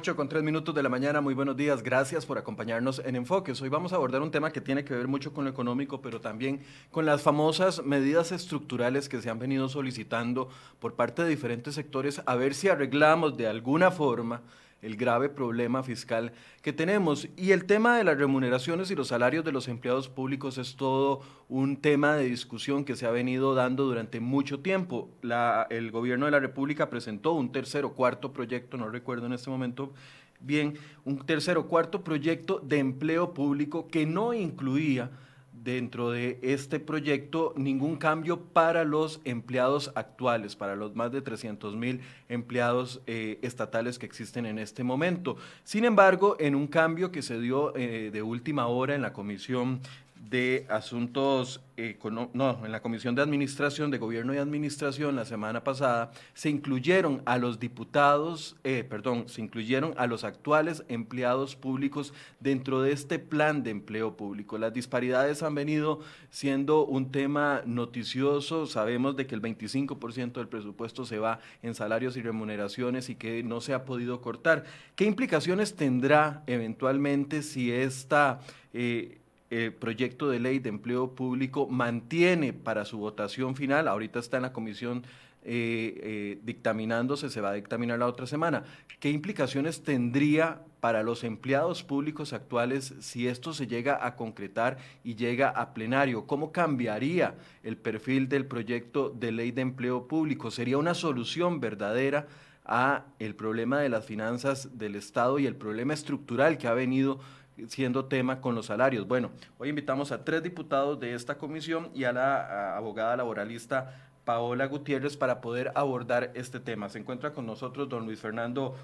8:03 de la mañana, muy buenos días, gracias por acompañarnos en Enfoques. Hoy vamos a abordar un tema que tiene que ver mucho con lo económico, pero también con las famosas medidas estructurales que se han venido solicitando por parte de diferentes sectores, a ver si arreglamos de alguna forma el grave problema fiscal que tenemos. Y el tema de las remuneraciones y los salarios de los empleados públicos es todo un tema de discusión que se ha venido dando durante mucho tiempo. El gobierno de la República presentó un tercer o cuarto proyecto, no recuerdo en este momento bien, un tercer o cuarto proyecto de empleo público que no incluía dentro de este proyecto ningún cambio para los empleados actuales, para los más de 300,000 empleados estatales que existen en este momento. Sin embargo, en un cambio que se dio de última hora en la Comisión de Asuntos, en la Comisión de Administración, de Gobierno y Administración, la semana pasada, se incluyeron a los diputados, se incluyeron a los actuales empleados públicos dentro de este plan de empleo público. Las disparidades han venido siendo un tema noticioso. Sabemos de que el 25% del presupuesto se va en salarios y remuneraciones y que no se ha podido cortar. ¿Qué implicaciones tendrá eventualmente si esta proyecto de ley de empleo público mantiene para su votación final? Ahorita está en la comisión dictaminándose, se va a dictaminar la otra semana. ¿Qué implicaciones tendría para los empleados públicos actuales si esto se llega a concretar y llega a plenario? ¿Cómo cambiaría el perfil del proyecto de ley de empleo público? ¿Sería una solución verdadera a el problema de las finanzas del Estado y el problema estructural que ha venido siendo tema con los salarios? Bueno, hoy invitamos a 3 diputados de esta comisión y a la abogada laboralista Paola Gutiérrez para poder abordar este tema. Se encuentra con nosotros don Luis Fernando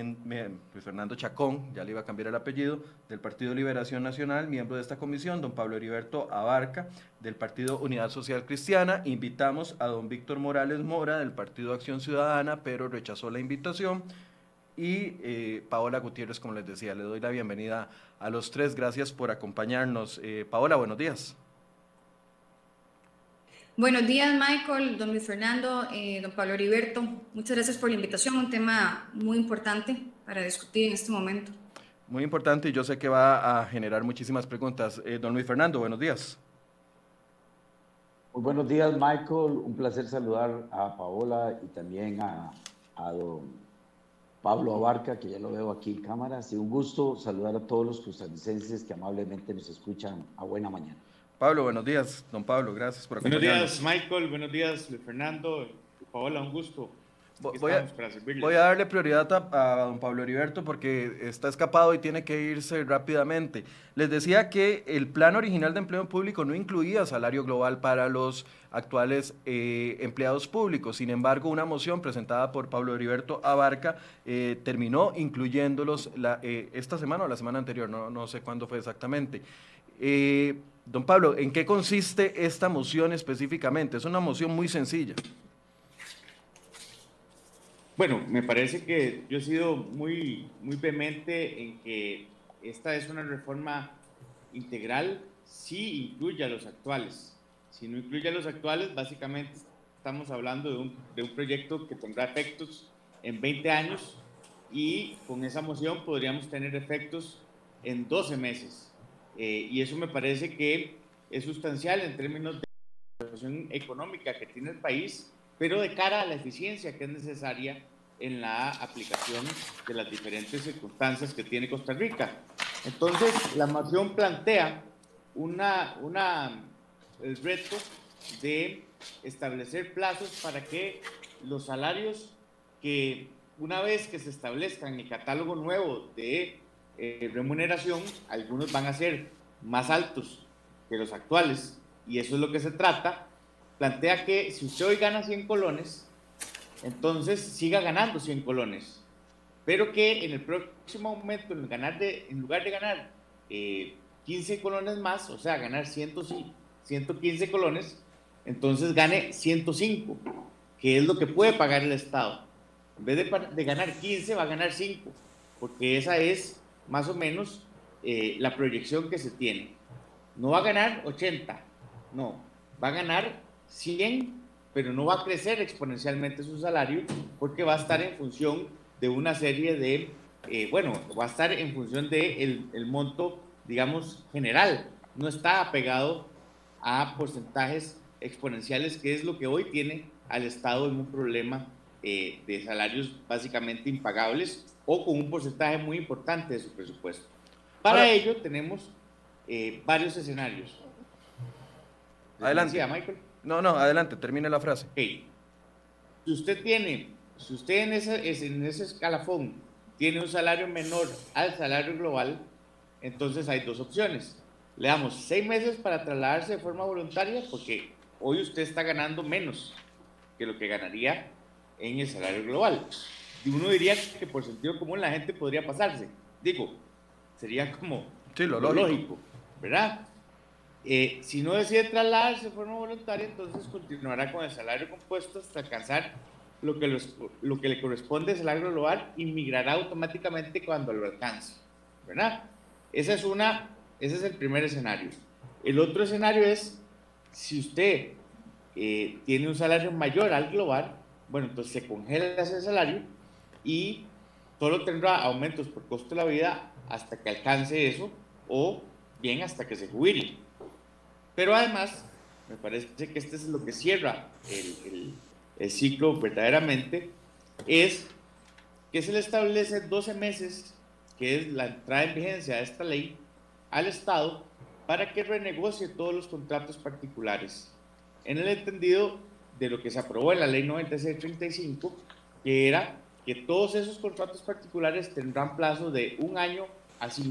Chacón, ya le iba a cambiar el apellido, del Partido Liberación Nacional, miembro de esta comisión, don Pablo Heriberto Abarca, del Partido Unidad Social Cristiana. Invitamos a don Víctor Morales Mora, del Partido Acción Ciudadana, pero rechazó la invitación. Y Paola Gutiérrez, como les decía, le doy la bienvenida a los 3. Gracias por acompañarnos. Paola, buenos días. Buenos días, Michael, don Luis Fernando, don Pablo Heriberto. Muchas gracias por la invitación, un tema muy importante para discutir en este momento. Muy importante, y yo sé que va a generar muchísimas preguntas. Don Luis Fernando, buenos días. Muy buenos días, Michael. Un placer saludar a Paola y también a don Pablo Abarca, que ya lo veo aquí en cámara. Sí, un gusto saludar a todos los costarricenses que amablemente nos escuchan a buena mañana. Pablo, buenos días. Don Pablo, gracias por acompañarnos. Buenos días, Michael. Buenos días, Luis Fernando. Paola, un gusto. Voy a darle prioridad a don Pablo Heriberto porque está escapado y tiene que irse rápidamente. Les decía que el plan original de empleo público no incluía salario global para los actuales empleados públicos. Sin embargo, una moción presentada por Pablo Heriberto Abarca terminó incluyéndolos esta semana o la semana anterior, no sé cuándo fue exactamente. Don Pablo, ¿en qué consiste esta moción específicamente? Es una moción muy sencilla. Bueno, me parece que yo he sido muy vehemente en que esta es una reforma integral, sí incluye a los actuales. Si no incluye a los actuales, básicamente estamos hablando de un proyecto que tendrá efectos en 20 años y con esa moción podríamos tener efectos en 12 meses. Y eso me parece que es sustancial en términos de la situación económica que tiene el país, pero de cara a la eficiencia que es necesaria en la aplicación de las diferentes circunstancias que tiene Costa Rica. Entonces, la moción plantea el reto de establecer plazos para que los salarios que una vez que se establezcan en el catálogo nuevo de remuneración, algunos van a ser más altos que los actuales, y eso es lo que se trata. Plantea que si usted hoy gana 100 colones, entonces siga ganando 100 colones, pero que en el próximo momento, en lugar de ganar 15 colones más, o sea, ganar 115 colones, entonces gane 105, que es lo que puede pagar el Estado. En vez de ganar 15, va a ganar 5, porque esa es más o menos la proyección que se tiene. No va a ganar 80, no, va a ganar 100, pero no va a crecer exponencialmente su salario porque va a estar en función de una serie de bueno, va a estar en función de el monto, digamos, general. No está apegado a porcentajes exponenciales, que es lo que hoy tiene al Estado en un problema de salarios básicamente impagables o con un porcentaje muy importante de su presupuesto. Para ello tenemos varios escenarios. Adelante. ¿Decía, Michael? No, adelante, termine la frase. Okay. Si usted en ese escalafón tiene un salario menor al salario global, entonces hay dos opciones. Le damos 6 meses para trasladarse de forma voluntaria, porque hoy usted está ganando menos que lo que ganaría en el salario global. Y uno diría que por sentido común la gente podría pasarse. Digo, sería como sí, lo lógico, ¿verdad? Si no decide trasladarse de forma voluntaria, entonces continuará con el salario compuesto hasta alcanzar lo que le corresponde al salario global y migrará automáticamente cuando lo alcance, ¿verdad? Ese es el primer escenario. El otro escenario es, si usted tiene un salario mayor al global, bueno, entonces se congela ese salario y solo tendrá aumentos por costo de la vida hasta que alcance eso, o bien hasta que se jubile. Pero además, me parece que este es lo que cierra el ciclo verdaderamente, es que se le establece 12 meses, que es la entrada en vigencia de esta ley, al Estado para que renegocie todos los contratos particulares, en el entendido de lo que se aprobó en la ley 9635, que era que todos esos contratos particulares tendrán plazo de 1 año a 5.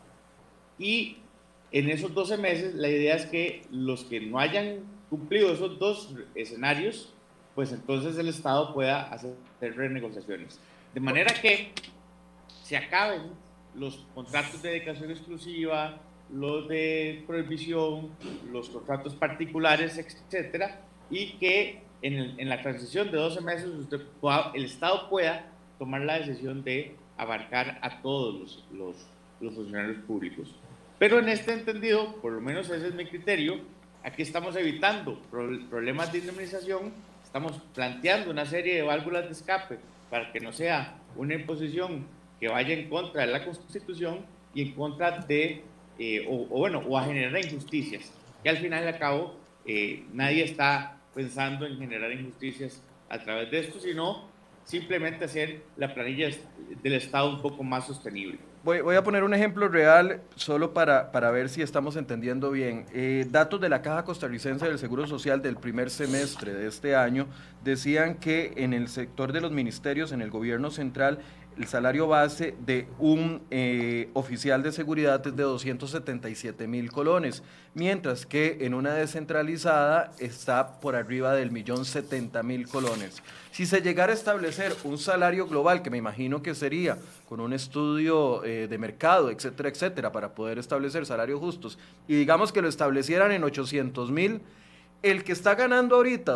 Y en esos 12 meses, la idea es que los que no hayan cumplido esos dos escenarios, pues entonces el Estado pueda hacer renegociaciones. De manera que se acaben los contratos de dedicación exclusiva, los de prohibición, los contratos particulares, etcétera, y que en la transición de 12 meses el Estado pueda tomar la decisión de abarcar a todos los funcionarios públicos. Pero en este entendido, por lo menos ese es mi criterio, aquí estamos evitando problemas de indemnización, estamos planteando una serie de válvulas de escape para que no sea una imposición que vaya en contra de la Constitución y en contra de, o a generar injusticias, que al final y al cabo nadie está pensando en generar injusticias a través de esto, sino simplemente hacer la planilla del Estado un poco más sostenible. Voy a poner un ejemplo real solo para ver si estamos entendiendo bien. Datos de la Caja Costarricense del Seguro Social del primer semestre de este año decían que en el sector de los ministerios, en el gobierno central, el salario base de un oficial de seguridad es de 277,000 colones, mientras que en una descentralizada está por arriba del 1,070,000 colones. Si se llegara a establecer un salario global, que me imagino que sería con un estudio de mercado, etcétera, etcétera, para poder establecer salarios justos, y digamos que lo establecieran en 800,000, el que está ganando ahorita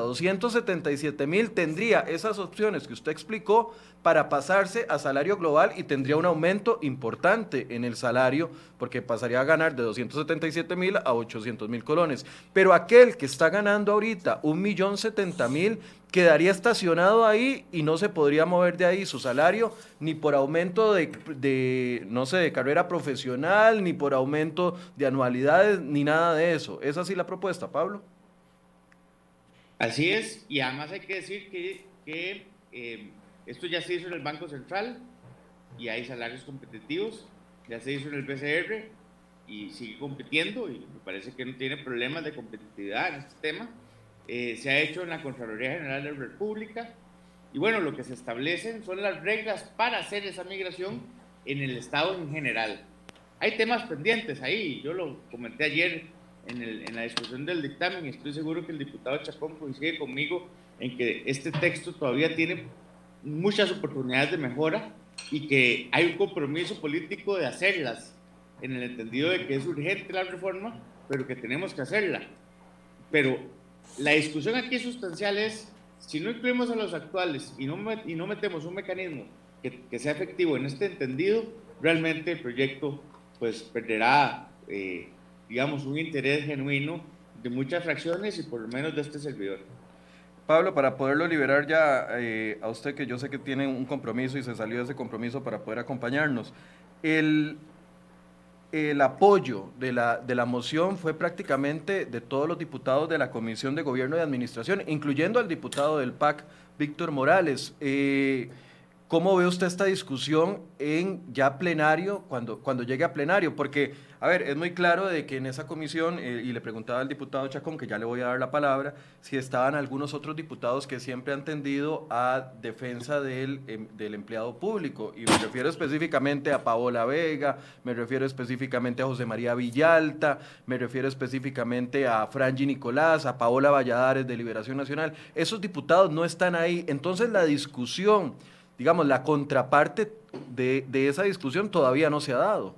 277,000 tendría esas opciones que usted explicó para pasarse a salario global y tendría un aumento importante en el salario porque pasaría a ganar de 277,000 a 800,000 colones. Pero aquel que está ganando ahorita 1,070,000 quedaría estacionado ahí y no se podría mover de ahí su salario ni por aumento de no sé, de carrera profesional, ni por aumento de anualidades, ni nada de eso. ¿Es así la propuesta, Pablo? Así es, y además hay que decir que esto ya se hizo en el Banco Central y hay salarios competitivos, ya se hizo en el BCR y sigue compitiendo y me parece que no tiene problemas de competitividad en este tema. Se ha hecho en la Contraloría General de la República y bueno, lo que se establecen son las reglas para hacer esa migración en el Estado en general. Hay temas pendientes ahí, yo lo comenté ayer en la discusión del dictamen, y estoy seguro que el diputado Chacón coincide conmigo en que este texto todavía tiene muchas oportunidades de mejora y que hay un compromiso político de hacerlas, en el entendido de que es urgente la reforma, pero que tenemos que hacerla. Pero la discusión aquí sustancial es, si no incluimos a los actuales y no metemos un mecanismo que sea efectivo en este entendido, realmente el proyecto pues perderá digamos, un interés genuino de muchas fracciones y por lo menos de este servidor. Pablo, para poderlo liberar ya a usted, que yo sé que tiene un compromiso y se salió de ese compromiso para poder acompañarnos, el apoyo de la moción fue prácticamente de todos los diputados de la Comisión de Gobierno y Administración, incluyendo al diputado del PAC, Víctor Morales. ¿Cómo ve usted esta discusión en ya plenario, cuando llegue a plenario? Porque, a ver, es muy claro de que en esa comisión, y le preguntaba al diputado Chacón, que ya le voy a dar la palabra, si estaban algunos otros diputados que siempre han tendido a defensa del empleado público, y me refiero específicamente a Paola Vega, me refiero específicamente a José María Villalta, me refiero específicamente a Franji Nicolás, a Paola Valladares de Liberación Nacional. Esos diputados no están ahí, entonces la discusión, digamos, la contraparte de esa discusión todavía no se ha dado.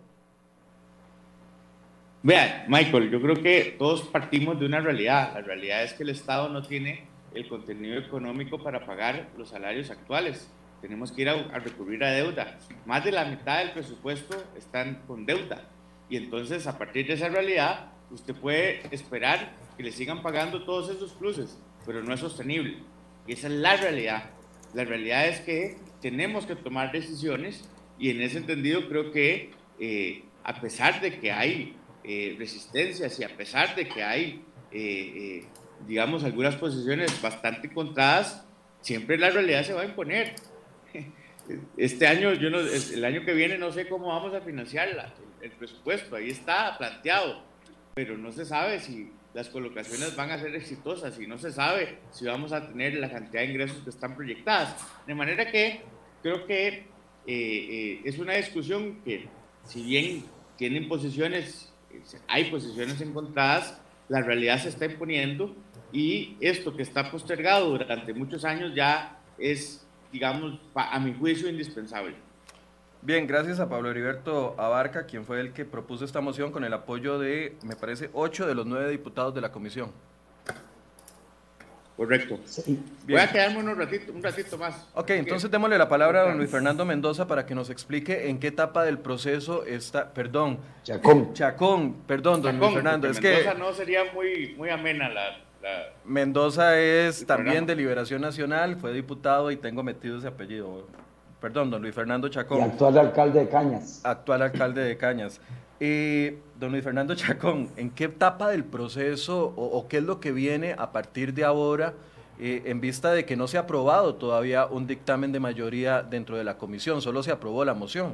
Vean, Michael, yo creo que todos partimos de una realidad. La realidad es que el Estado no tiene el contenido económico para pagar los salarios actuales. Tenemos que ir a recurrir a deuda. Más de la mitad del presupuesto están con deuda. Y entonces, a partir de esa realidad, usted puede esperar que le sigan pagando todos esos pluses, pero no es sostenible. Y esa es la realidad. La realidad es que tenemos que tomar decisiones y en ese entendido creo que a pesar de que hay resistencias y a pesar de que hay, digamos, algunas posiciones bastante encontradas, siempre la realidad se va a imponer. Este año, el año que viene no sé cómo vamos a financiar el presupuesto, ahí está planteado, pero no se sabe si las colocaciones van a ser exitosas y no se sabe si vamos a tener la cantidad de ingresos que están proyectadas. De manera que creo que es una discusión que, si bien tienen posiciones, hay posiciones encontradas, la realidad se está imponiendo y esto que está postergado durante muchos años ya es, digamos, a mi juicio, indispensable. Bien, gracias a Pablo Heriberto Abarca, quien fue el que propuso esta moción con el apoyo de, me parece, 8 de los 9 diputados de la comisión. Correcto. Sí. Voy a quedarme un ratito más. Ok, entonces démosle la palabra a don Luis Fernando Mendoza para que nos explique en qué etapa del proceso está, perdón. Chacón, perdón, don Luis Fernando. Es Mendoza que no sería muy amena Mendoza es también de Liberación Nacional, fue diputado y tengo metido ese apellido. Perdón, don Luis Fernando Chacón. Y actual alcalde de Cañas. Actual alcalde de Cañas. Don Luis Fernando Chacón, ¿en qué etapa del proceso o qué es lo que viene a partir de ahora en vista de que no se ha aprobado todavía un dictamen de mayoría dentro de la comisión, solo se aprobó la moción?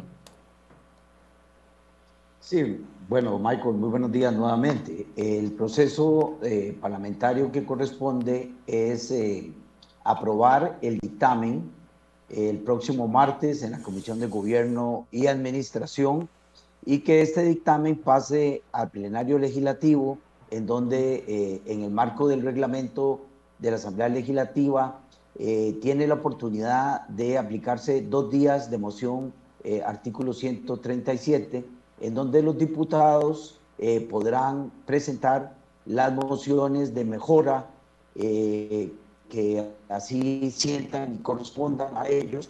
Sí, bueno, Michael, muy buenos días nuevamente. El proceso parlamentario que corresponde es aprobar el dictamen el próximo martes en la Comisión de Gobierno y Administración y que este dictamen pase al plenario legislativo en donde en el marco del reglamento de la Asamblea Legislativa tiene la oportunidad de aplicarse 2 días de moción artículo 137 en donde los diputados podrán presentar las mociones de mejora que así sientan y correspondan a ellos.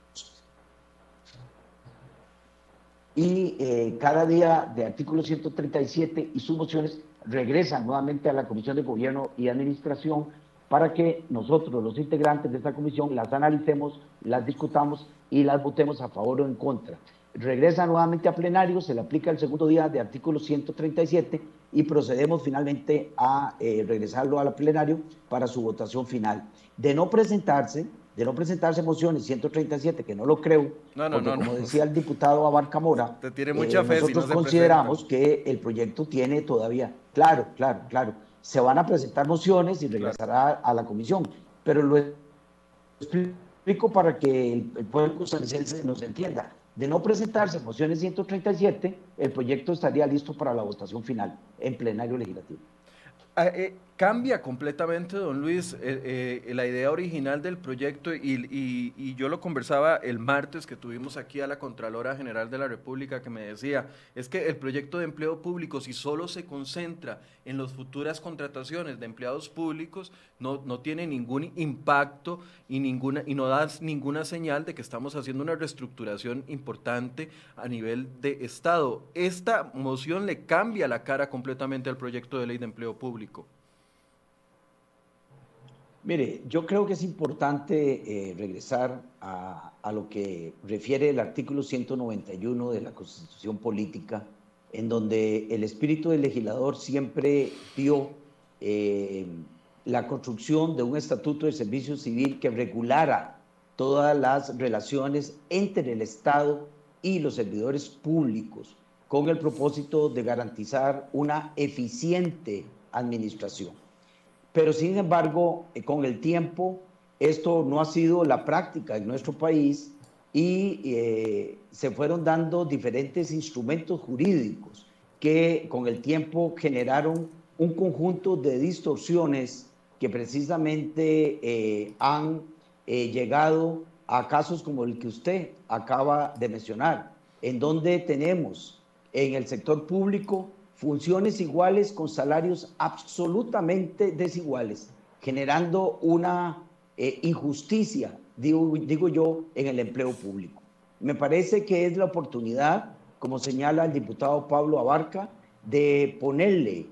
Y cada día de artículo 137 y sus mociones regresan nuevamente a la Comisión de Gobierno y Administración para que nosotros, los integrantes de esta comisión, las analicemos, las discutamos y las votemos a favor o en contra. Regresa nuevamente a plenario, se le aplica el segundo día de artículo 137 y procedemos finalmente a regresarlo al plenario para su votación final. De no presentarse mociones 137, que no lo creo, porque como decía el diputado Abarca Mora, tiene mucha fe, nosotros si no consideramos que el proyecto tiene todavía, claro, se van a presentar mociones y regresará a la comisión, pero lo explico para que el pueblo costarricense nos entienda. De no presentarse mociones 137, el proyecto estaría listo para la votación final en plenario legislativo. Cambia completamente, don Luis, la idea original del proyecto y yo lo conversaba el martes que tuvimos aquí a la Contralora General de la República que me decía, es que el proyecto de empleo público, si solo se concentra en las futuras contrataciones de empleados públicos, no tiene ningún impacto y no da ninguna señal de que estamos haciendo una reestructuración importante a nivel de Estado. Esta moción le cambia la cara completamente al proyecto de ley de empleo público. Mire, yo creo que es importante regresar a lo que refiere el artículo 191 de la Constitución Política, en donde el espíritu del legislador siempre vio la construcción de un estatuto de servicio civil que regulara todas las relaciones entre el Estado y los servidores públicos, con el propósito de garantizar una eficiente administración. Pero sin embargo, con el tiempo, esto no ha sido la práctica en nuestro país y se fueron dando diferentes instrumentos jurídicos que con el tiempo generaron un conjunto de distorsiones que precisamente han llegado a casos como el que usted acaba de mencionar, en donde tenemos en el sector público funciones iguales con salarios absolutamente desiguales, generando una injusticia, digo yo, en el empleo público. Me parece que es la oportunidad, como señala el diputado Pablo Abarca, de ponerle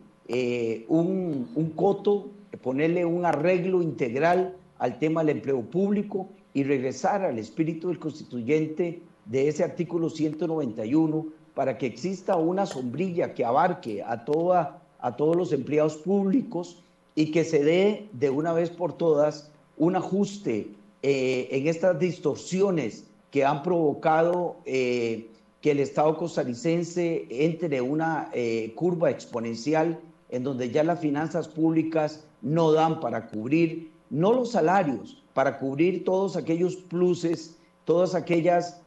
un coto, ponerle un arreglo integral al tema del empleo público y regresar al espíritu del constituyente de ese artículo 191 para que exista una sombrilla que abarque a todos los empleados públicos y que se dé de una vez por todas un ajuste en estas distorsiones que han provocado que el Estado costarricense entre una curva exponencial en donde ya las finanzas públicas no dan para cubrir, no los salarios, para cubrir todos aquellos pluses, todas aquellas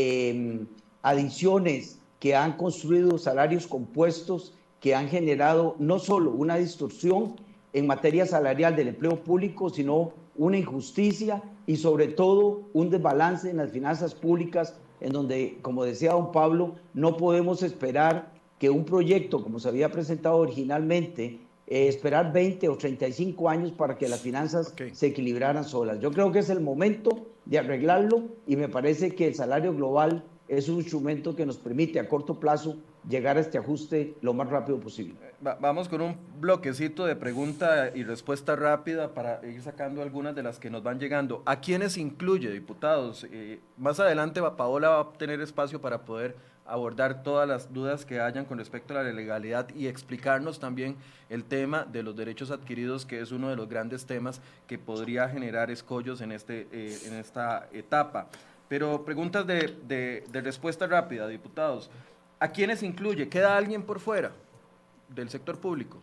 adiciones que han construido salarios compuestos que han generado no solo una distorsión en materia salarial del empleo público, sino una injusticia y sobre todo un desbalance en las finanzas públicas en donde, como decía don Pablo, no podemos esperar que un proyecto como se había presentado originalmente, esperar 20 o 35 años para que las finanzas se equilibraran solas. Yo creo que es el momento de arreglarlo y me parece que el salario global es un instrumento que nos permite a corto plazo llegar a este ajuste lo más rápido posible. Vamos con un bloquecito de pregunta y respuesta rápida para ir sacando algunas de las que nos van llegando. ¿A quiénes incluye, diputados? Más adelante Paola va a tener espacio para poder abordar todas las dudas que hayan con respecto a la legalidad y explicarnos también el tema de los derechos adquiridos, que es uno de los grandes temas que podría generar escollos en esta etapa. Pero preguntas de respuesta rápida, diputados. ¿A quiénes incluye? ¿Queda alguien por fuera del sector público?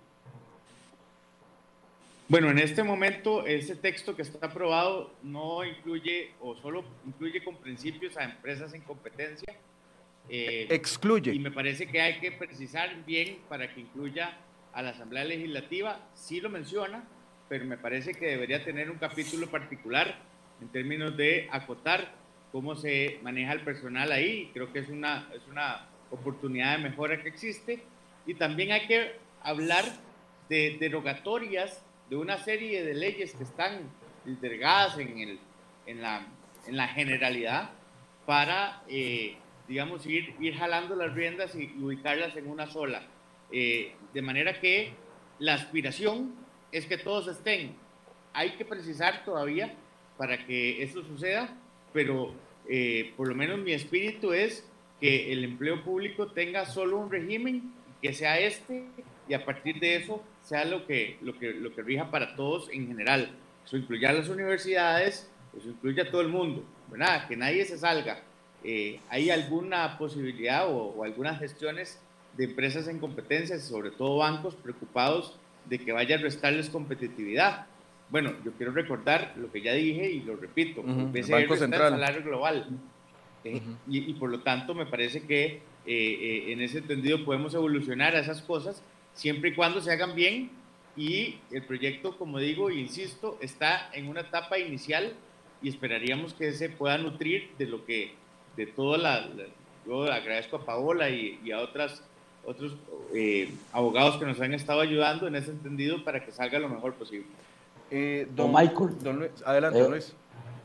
Bueno, en este momento ese texto que está aprobado no incluye o solo incluye con principios a empresas en competencia. Excluye. Y me parece que hay que precisar bien para que incluya a la Asamblea Legislativa. Sí lo menciona, pero me parece que debería tener un capítulo particular en términos de acotar cómo se maneja el personal ahí. Creo que es una oportunidad de mejora que existe. Y también hay que hablar de derogatorias de una serie de leyes que están delegadas en la generalidad para, digamos, ir jalando las riendas y ubicarlas en una sola. De manera que la aspiración es que todos estén. Hay que precisar todavía para que eso suceda, pero por lo menos mi espíritu es que el empleo público tenga solo un régimen, que sea y a partir de eso sea lo que rija para todos en general. Eso incluye a las universidades, eso incluye a todo el mundo, ¿verdad? Que nadie se salga. ¿Hay alguna posibilidad o algunas gestiones de empresas en competencia, sobre todo bancos, preocupados de que vaya a restarles competitividad? Bueno, yo quiero recordar lo que ya dije y lo repito, el Banco Central, el salario global. Y por lo tanto me parece que en ese entendido podemos evolucionar a esas cosas siempre y cuando se hagan bien, y el proyecto, como digo e insisto, está en una etapa inicial y esperaríamos que se pueda nutrir de toda yo agradezco a Paola y a otros abogados que nos han estado ayudando en ese entendido para que salga lo mejor posible. Don Michael. Don Luis, adelante, don Luis.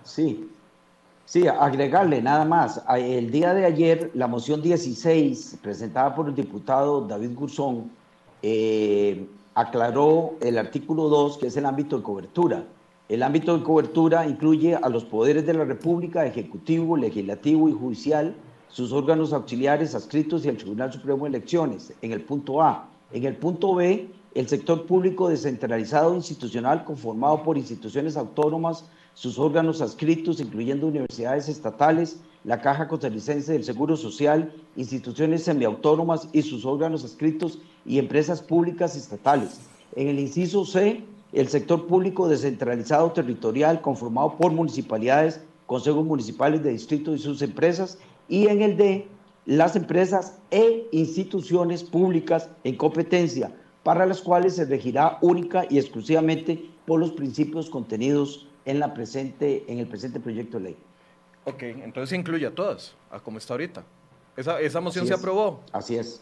Sí, agregarle nada más. El día de ayer, la moción 16, presentada por el diputado David Gurzón, aclaró el artículo 2, que es el ámbito de cobertura. El ámbito de cobertura incluye a los poderes de la República, Ejecutivo, Legislativo y Judicial, sus órganos auxiliares adscritos y el Tribunal Supremo de Elecciones, en el punto A. En el punto B, el sector público descentralizado institucional conformado por instituciones autónomas, sus órganos adscritos, incluyendo universidades estatales, la Caja Costarricense del Seguro Social, instituciones semiautónomas y sus órganos adscritos y empresas públicas estatales. En el inciso C, el sector público descentralizado territorial conformado por municipalidades, consejos municipales de distrito y sus empresas. Y en el D, las empresas e instituciones públicas en competencia, para las cuales se regirá única y exclusivamente por los principios contenidos en el presente proyecto de ley. Ok, entonces incluye a todas, a como está ahorita. ¿Esa moción se aprobó? Así es.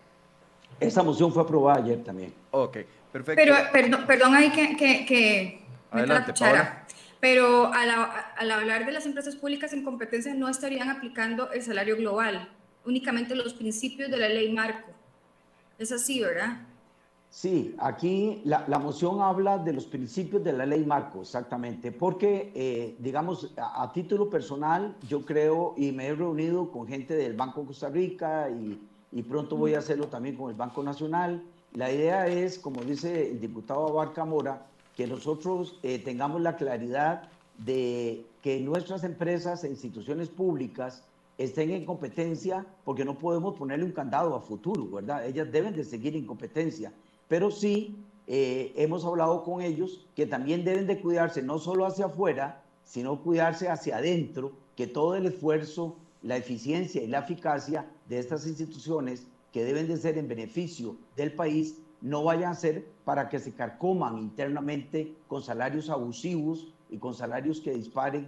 Esa moción fue aprobada ayer también. Ok, perfecto. Pero, perdón ahí que adelante, Paola. Pero al hablar de las empresas públicas en competencia no estarían aplicando el salario global, únicamente los principios de la ley marco. Es así, ¿verdad? Sí, aquí la moción habla de los principios de la ley marco, exactamente, porque, digamos, a título personal, yo creo y me he reunido con gente del Banco de Costa Rica y pronto voy a hacerlo también con el Banco Nacional. La idea es, como dice el diputado Abarca Mora, que nosotros tengamos la claridad de que nuestras empresas e instituciones públicas estén en competencia, porque no podemos ponerle un candado a futuro, ¿verdad? Ellas deben de seguir en competencia. Pero sí hemos hablado con ellos que también deben de cuidarse no solo hacia afuera, sino cuidarse hacia adentro, que todo el esfuerzo, la eficiencia y la eficacia de estas instituciones que deben de ser en beneficio del país no vayan a ser para que se carcoman internamente con salarios abusivos y con salarios que disparen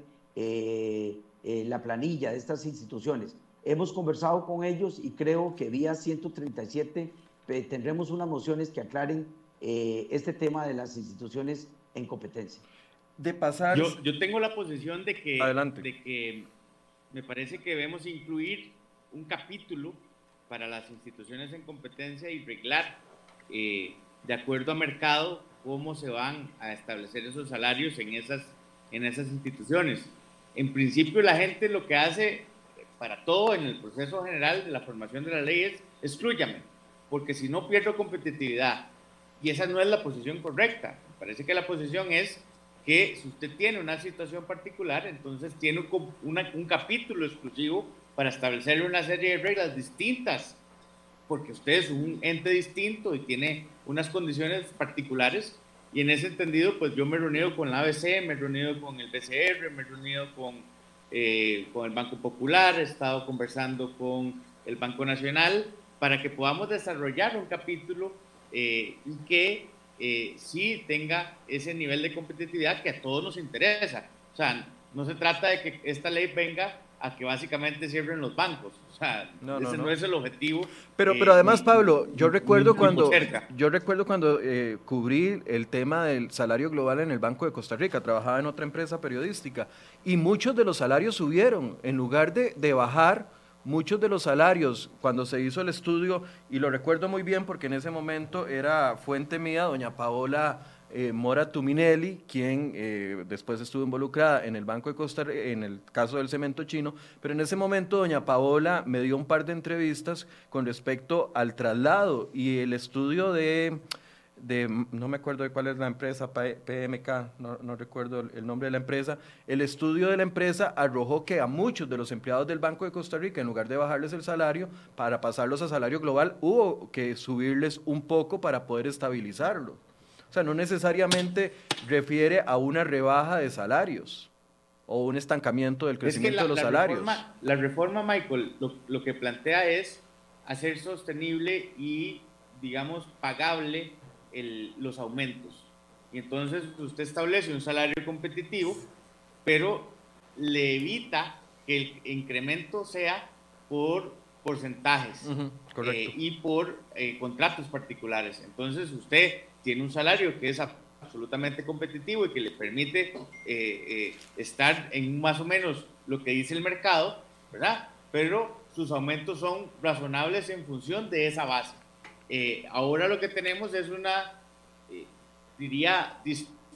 la planilla de estas instituciones. Hemos conversado con ellos y creo que vía 137 tendremos unas mociones que aclaren este tema de las instituciones en competencia. De pasar... Yo tengo la posición de que, adelante, de que me parece que debemos incluir un capítulo para las instituciones en competencia y reglar de acuerdo a mercado cómo se van a establecer esos salarios en esas instituciones. En principio, la gente lo que hace para todo en el proceso general de la formación de la ley es exclúyame, porque si no pierdo competitividad. Y esa no es la posición correcta. Me parece que la posición es que si usted tiene una situación particular, entonces tiene un capítulo exclusivo para establecer una serie de reglas distintas, porque usted es un ente distinto y tiene unas condiciones particulares. Y en ese entendido, pues yo me he reunido con la ABC, me he reunido con el BCR, me he reunido con el Banco Popular, he estado conversando con el Banco Nacional, para que podamos desarrollar un capítulo y que sí tenga ese nivel de competitividad que a todos nos interesa. O sea, no se trata de que esta ley venga a que básicamente cierren los bancos. O sea, ese no es el objetivo. Pero además, Pablo, yo recuerdo cuando cubrí el tema del salario global en el Banco de Costa Rica, trabajaba en otra empresa periodística, y muchos de los salarios subieron, en lugar de bajar. Muchos de los salarios, cuando se hizo el estudio, y lo recuerdo muy bien porque en ese momento era fuente mía, doña Paola Mora Tuminelli, quien después estuvo involucrada en el Banco de Costa Rica, en el caso del cemento chino, pero en ese momento doña Paola me dio un par de entrevistas con respecto al traslado y el estudio no me acuerdo de cuál es la empresa, PMK, no recuerdo el nombre de la empresa. El estudio de la empresa arrojó que a muchos de los empleados del Banco de Costa Rica, en lugar de bajarles el salario, para pasarlos a salario global, hubo que subirles un poco para poder estabilizarlo. O sea, no necesariamente refiere a una rebaja de salarios o un estancamiento del crecimiento de los salarios. La reforma, Michael, lo que plantea es hacer sostenible y, digamos, pagable los aumentos. Y entonces usted establece un salario competitivo, pero le evita que el incremento sea por porcentajes y por contratos particulares. Entonces usted tiene un salario que es absolutamente competitivo y que le permite estar en más o menos lo que dice el mercado, ¿verdad? Pero sus aumentos son razonables en función de esa base. Ahora lo que tenemos es una, diría,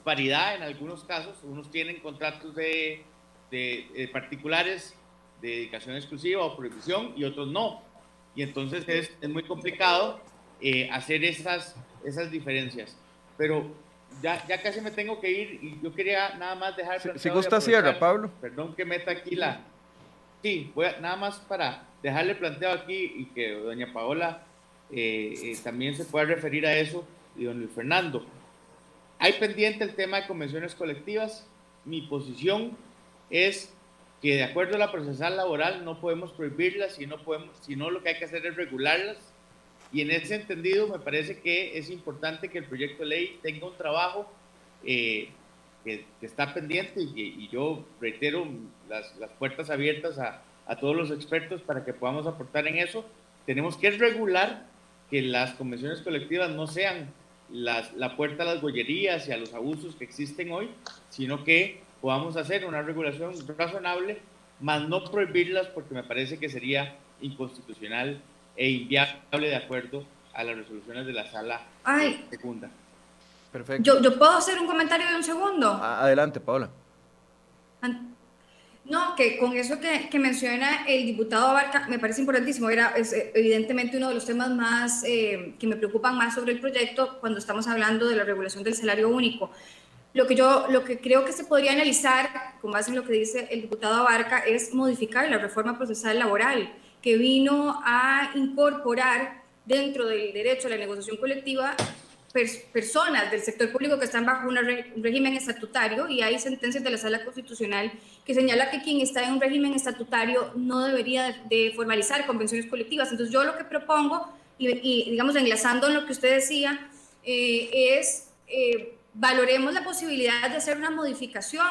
disparidad en algunos casos. Unos tienen contratos de particulares de dedicación exclusiva o prohibición y otros no. Y entonces es muy complicado hacer esas diferencias. Pero ya casi me tengo que ir y yo quería nada más dejar... Si gusta cierra, Pablo. Perdón que meta aquí Sí, nada más para dejarle planteado aquí y que doña Paola también se pueda referir a eso, y don Luis Fernando. Hay pendiente el tema de convenciones colectivas. Mi posición es que de acuerdo a la procesal laboral no podemos prohibirlas, sino lo que hay que hacer es regularlas. Y en ese entendido me parece que es importante que el proyecto de ley tenga un trabajo que está pendiente, y yo reitero las puertas abiertas a todos los expertos para que podamos aportar en eso. Tenemos que regular que las convenciones colectivas no sean la puerta a las gollerías y a los abusos que existen hoy, sino que podamos hacer una regulación razonable, más no prohibirlas, porque me parece que sería inconstitucional e inviable de acuerdo a las resoluciones de la Sala Segunda. Perfecto. ¿Yo puedo hacer un comentario de un segundo? Adelante, Paola. No, que con eso que menciona el diputado Abarca me parece importantísimo. Es evidentemente uno de los temas más que me preocupan más sobre el proyecto cuando estamos hablando de la regulación del salario único. Lo que creo que se podría analizar, con base en lo que dice el diputado Abarca, es modificar la reforma procesal laboral, que vino a incorporar dentro del derecho a la negociación colectiva personas del sector público que están bajo un régimen estatutario, y hay sentencias de la Sala Constitucional que señala que quien está en un régimen estatutario no debería de formalizar convenciones colectivas. Entonces yo lo que propongo, y digamos enlazando en lo que usted decía, es valoremos la posibilidad de hacer una modificación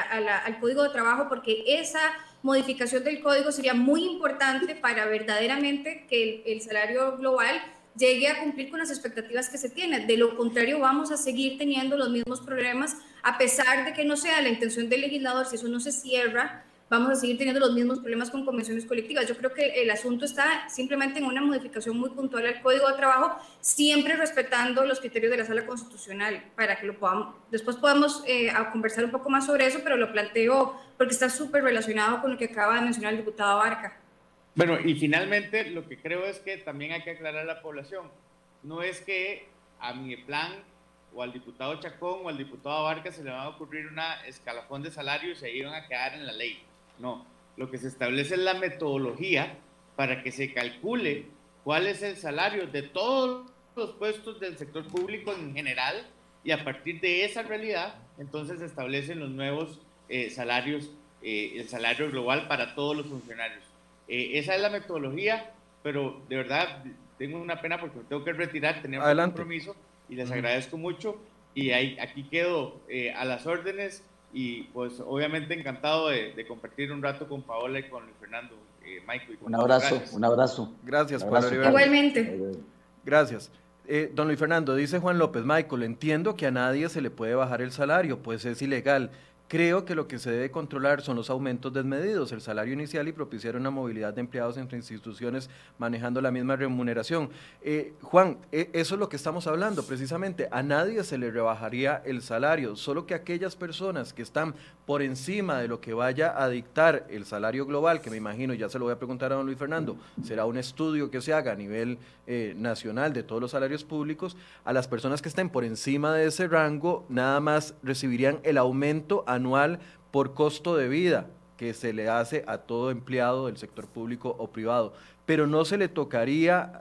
al Código de Trabajo, porque esa modificación del Código sería muy importante para verdaderamente que el salario global llegue a cumplir con las expectativas que se tienen. De lo contrario, vamos a seguir teniendo los mismos problemas, a pesar de que no sea la intención del legislador. Si eso no se cierra, vamos a seguir teniendo los mismos problemas con convenciones colectivas. Yo creo que el asunto está simplemente en una modificación muy puntual al Código de Trabajo, siempre respetando los criterios de la Sala Constitucional, para que después podamos conversar un poco más sobre eso, pero lo planteo porque está súper relacionado con lo que acaba de mencionar el diputado Abarca. Bueno, y finalmente lo que creo es que también hay que aclarar a la población. No es que a mi plan o al diputado Chacón o al diputado Abarca se le va a ocurrir una escalafón de salario y se iban a quedar en la ley. No, lo que se establece es la metodología para que se calcule cuál es el salario de todos los puestos del sector público en general, y a partir de esa realidad entonces se establecen los nuevos salarios, el salario global para todos los funcionarios. Esa es la metodología, pero de verdad tengo una pena porque me tengo que retirar, tenía un compromiso, y les agradezco mucho, y aquí quedo a las órdenes, y pues obviamente encantado de compartir un rato con Paola y con Luis Fernando, Michael. Un abrazo. Gracias, Pablo. Igualmente. Gracias. Don Luis Fernando, dice Juan López: Michael, entiendo que a nadie se le puede bajar el salario, pues es ilegal. Creo que lo que se debe controlar son los aumentos desmedidos, el salario inicial, y propiciar una movilidad de empleados entre instituciones manejando la misma remuneración. Juan, eso es lo que estamos hablando precisamente. A nadie se le rebajaría el salario, solo que aquellas personas que están por encima de lo que vaya a dictar el salario global, que me imagino, ya se lo voy a preguntar a don Luis Fernando, será un estudio que se haga a nivel nacional de todos los salarios públicos. A las personas que estén por encima de ese rango nada más recibirían el aumento anual por costo de vida que se le hace a todo empleado del sector público o privado, pero no se le tocaría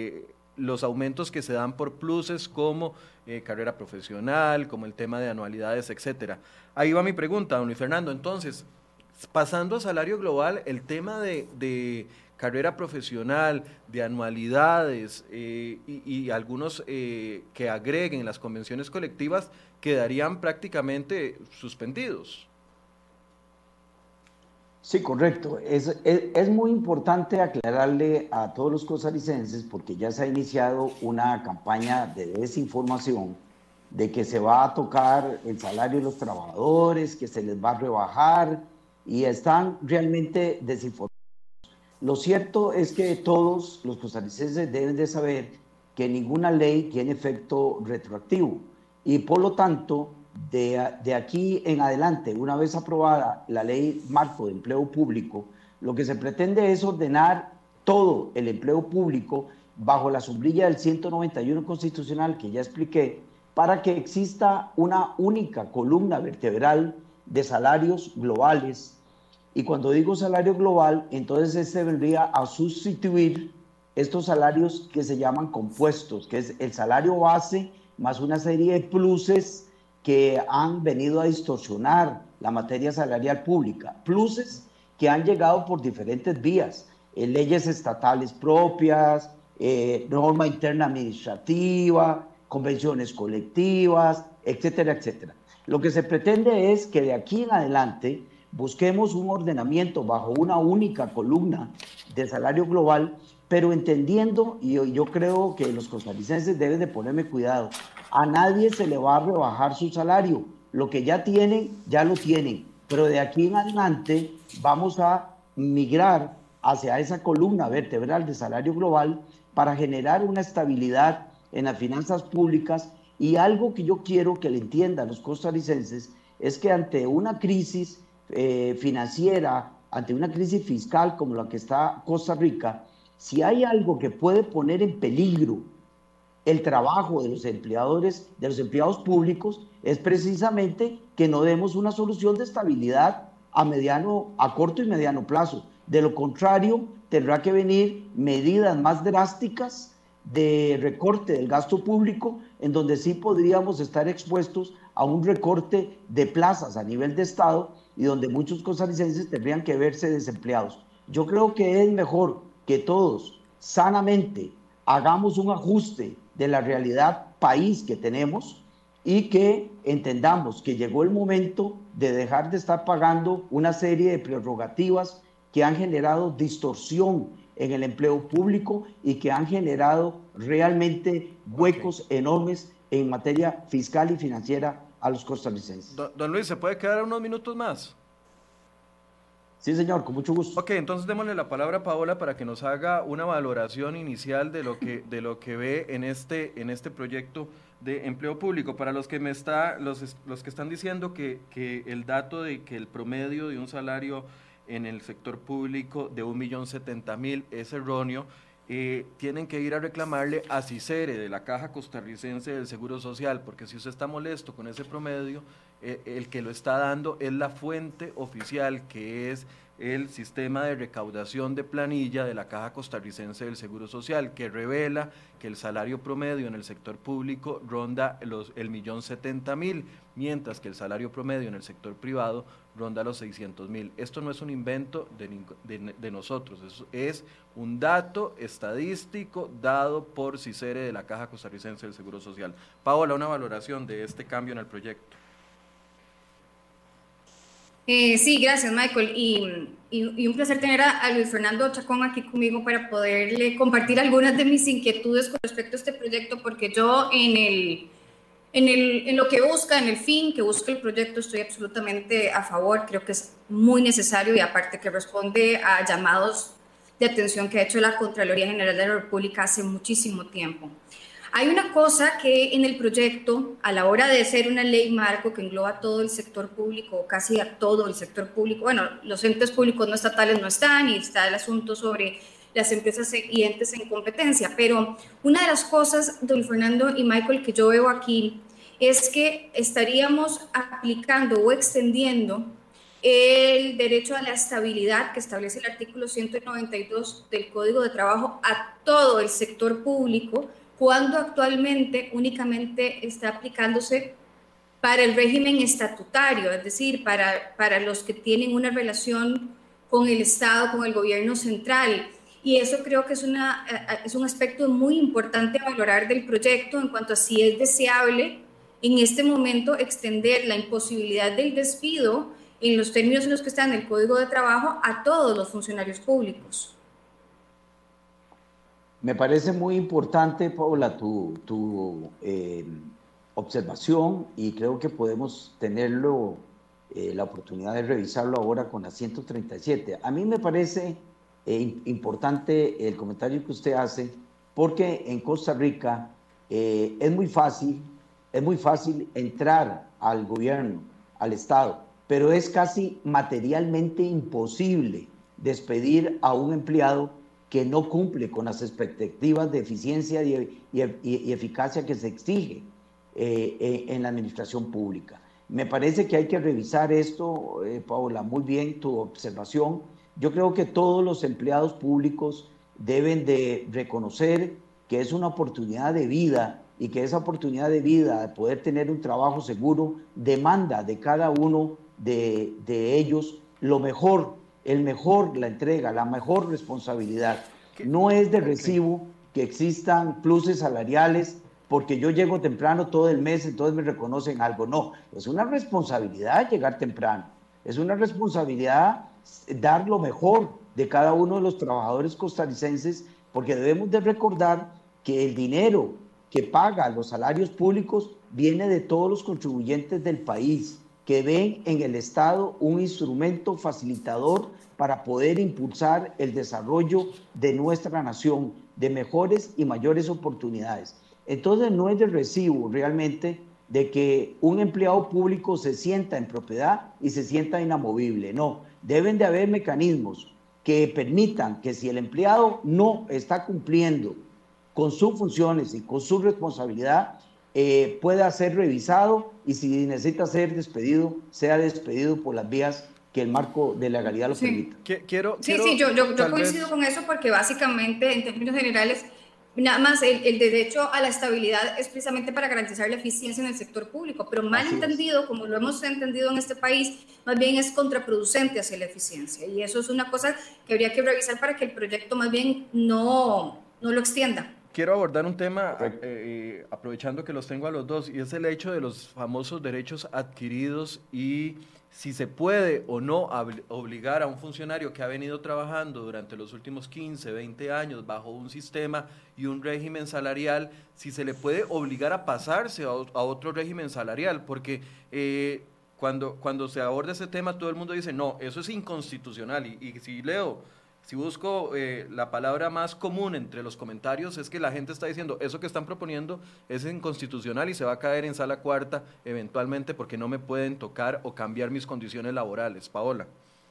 los aumentos que se dan por pluses como carrera profesional, como el tema de anualidades, etcétera. Ahí va mi pregunta, don Luis Fernando. Entonces, pasando a salario global, el tema de carrera profesional, de anualidades y algunos que agreguen las convenciones colectivas quedarían prácticamente suspendidos. Sí, correcto. Es muy importante aclararle a todos los costarricenses, porque ya se ha iniciado una campaña de desinformación de que se va a tocar el salario de los trabajadores, que se les va a rebajar, y están realmente desinformados. Lo cierto es que todos los costarricenses deben de saber que ninguna ley tiene efecto retroactivo, y por lo tanto de aquí en adelante, una vez aprobada la ley marco de empleo público, lo que se pretende es ordenar todo el empleo público bajo la sombrilla del 191 constitucional que ya expliqué, para que exista una única columna vertebral de salarios globales. Y cuando digo salario global, entonces este vendría a sustituir estos salarios que se llaman compuestos, que es el salario base más una serie de pluses que han venido a distorsionar la materia salarial pública. Pluses que han llegado por diferentes vías, leyes estatales propias, norma interna administrativa, convenciones colectivas, etcétera, etcétera. Lo que se pretende es que de aquí en adelante busquemos un ordenamiento bajo una única columna de salario global, pero entendiendo, y yo creo que los costarricenses deben de ponerme cuidado, a nadie se le va a rebajar su salario, lo que ya tienen, ya lo tienen, pero de aquí en adelante vamos a migrar hacia esa columna vertebral de salario global para generar una estabilidad en las finanzas públicas. Y algo que yo quiero que le entiendan los costarricenses es que ante una crisis financiera, ante una crisis fiscal como la que está Costa Rica, si hay algo que puede poner en peligro el trabajo de los empleadores, de los empleados públicos, es precisamente que no demos una solución de estabilidad a corto y mediano plazo. De lo contrario, tendrá que venir medidas más drásticas de recorte del gasto público, en donde sí podríamos estar expuestos a un recorte de plazas a nivel de Estado y donde muchos costarricenses tendrían que verse desempleados. Yo creo que es mejor que todos sanamente hagamos un ajuste de la realidad país que tenemos y que entendamos que llegó el momento de dejar de estar pagando una serie de prerrogativas que han generado distorsión en el empleo público y que han generado realmente huecos enormes en materia fiscal y financiera a los costarricenses. Don Luis, ¿se puede quedar unos minutos más? Sí, señor, con mucho gusto. Ok, entonces démosle la palabra a Paola para que nos haga una valoración inicial de lo que ve en este proyecto de empleo público. Para los que los que están diciendo que el dato de que el promedio de un salario en el sector público de 1.070.000 es erróneo, tienen que ir a reclamarle a CICERE, de la Caja Costarricense del Seguro Social, porque si usted está molesto con ese promedio, el que lo está dando es la fuente oficial, que es el sistema de recaudación de planilla de la Caja Costarricense del Seguro Social, que revela que el salario promedio en el sector público ronda el 1.070.000, mientras que el salario promedio en el sector privado ronda los 600.000. Esto no es un invento de nosotros, es un dato estadístico dado por CICERE de la Caja Costarricense del Seguro Social. Paola, una valoración de este cambio en el proyecto. Sí, gracias, Michael, y un placer tener a Luis Fernando Chacón aquí conmigo para poderle compartir algunas de mis inquietudes con respecto a este proyecto, porque yo en lo que busca, en el fin que busca el proyecto, estoy absolutamente a favor. Creo que es muy necesario y aparte que responde a llamados de atención que ha hecho la Contraloría General de la República hace muchísimo tiempo. Hay una cosa que en el proyecto, a la hora de ser una ley marco que engloba todo el sector público, casi a todo el sector público, bueno, los entes públicos no estatales no están, y está el asunto sobre las empresas y entes en competencia, pero una de las cosas, don Fernando y Michael, que yo veo aquí es que estaríamos aplicando o extendiendo el derecho a la estabilidad que establece el artículo 192 del Código de Trabajo a todo el sector público, cuando actualmente únicamente está aplicándose para el régimen estatutario, es decir, para los que tienen una relación con el Estado, con el gobierno central. Y eso creo que es un aspecto muy importante a valorar del proyecto, en cuanto a si es deseable en este momento extender la imposibilidad del despido en los términos en los que está en el Código de Trabajo a todos los funcionarios públicos. Me parece muy importante, Paula, tu observación, y creo que podemos tenerlo, la oportunidad de revisarlo ahora con la 137. A mí me parece importante el comentario que usted hace, porque en Costa Rica es muy fácil entrar al gobierno, al Estado, pero es casi materialmente imposible despedir a un empleado que no cumple con las expectativas de eficiencia y eficacia que se exige en la administración pública. Me parece que hay que revisar esto, Paola, muy bien tu observación. Yo creo que todos los empleados públicos deben de reconocer que es una oportunidad de vida y que esa oportunidad de vida, de poder tener un trabajo seguro, demanda de cada uno de ellos lo mejor, la entrega, la mejor responsabilidad. No es de recibo que existan pluses salariales porque yo llego temprano todo el mes, entonces me reconocen algo. No, es una responsabilidad llegar temprano, es una responsabilidad dar lo mejor de cada uno de los trabajadores costarricenses, porque debemos de recordar que el dinero que paga los salarios públicos viene de todos los contribuyentes del país, que ven en el Estado un instrumento facilitador para poder impulsar el desarrollo de nuestra nación, de mejores y mayores oportunidades. Entonces no es de recibo realmente de que un empleado público se sienta en propiedad y se sienta inamovible. No, deben de haber mecanismos que permitan que si el empleado no está cumpliendo con sus funciones y con su responsabilidad, pueda ser revisado y si necesita ser despedido, sea despedido por las vías que el marco de legalidad lo permita. Yo coincido con eso porque básicamente, en términos generales, nada más el derecho a la estabilidad es precisamente para garantizar la eficiencia en el sector público, pero mal entendido, como lo hemos entendido en este país, más bien es contraproducente hacia la eficiencia, y eso es una cosa que habría que revisar para que el proyecto más bien no lo extienda. Quiero abordar un tema, aprovechando que los tengo a los dos, y es el hecho de los famosos derechos adquiridos y si se puede o no obligar a un funcionario que ha venido trabajando durante los últimos 15, 20 años bajo un sistema y un régimen salarial, si se le puede obligar a pasarse a otro régimen salarial, porque cuando se aborda ese tema todo el mundo dice, no, eso es inconstitucional, y si busco la palabra más común entre los comentarios es que la gente está diciendo eso que están proponiendo es inconstitucional y se va a caer en sala cuarta eventualmente porque no me pueden tocar o cambiar mis condiciones laborales. Paola.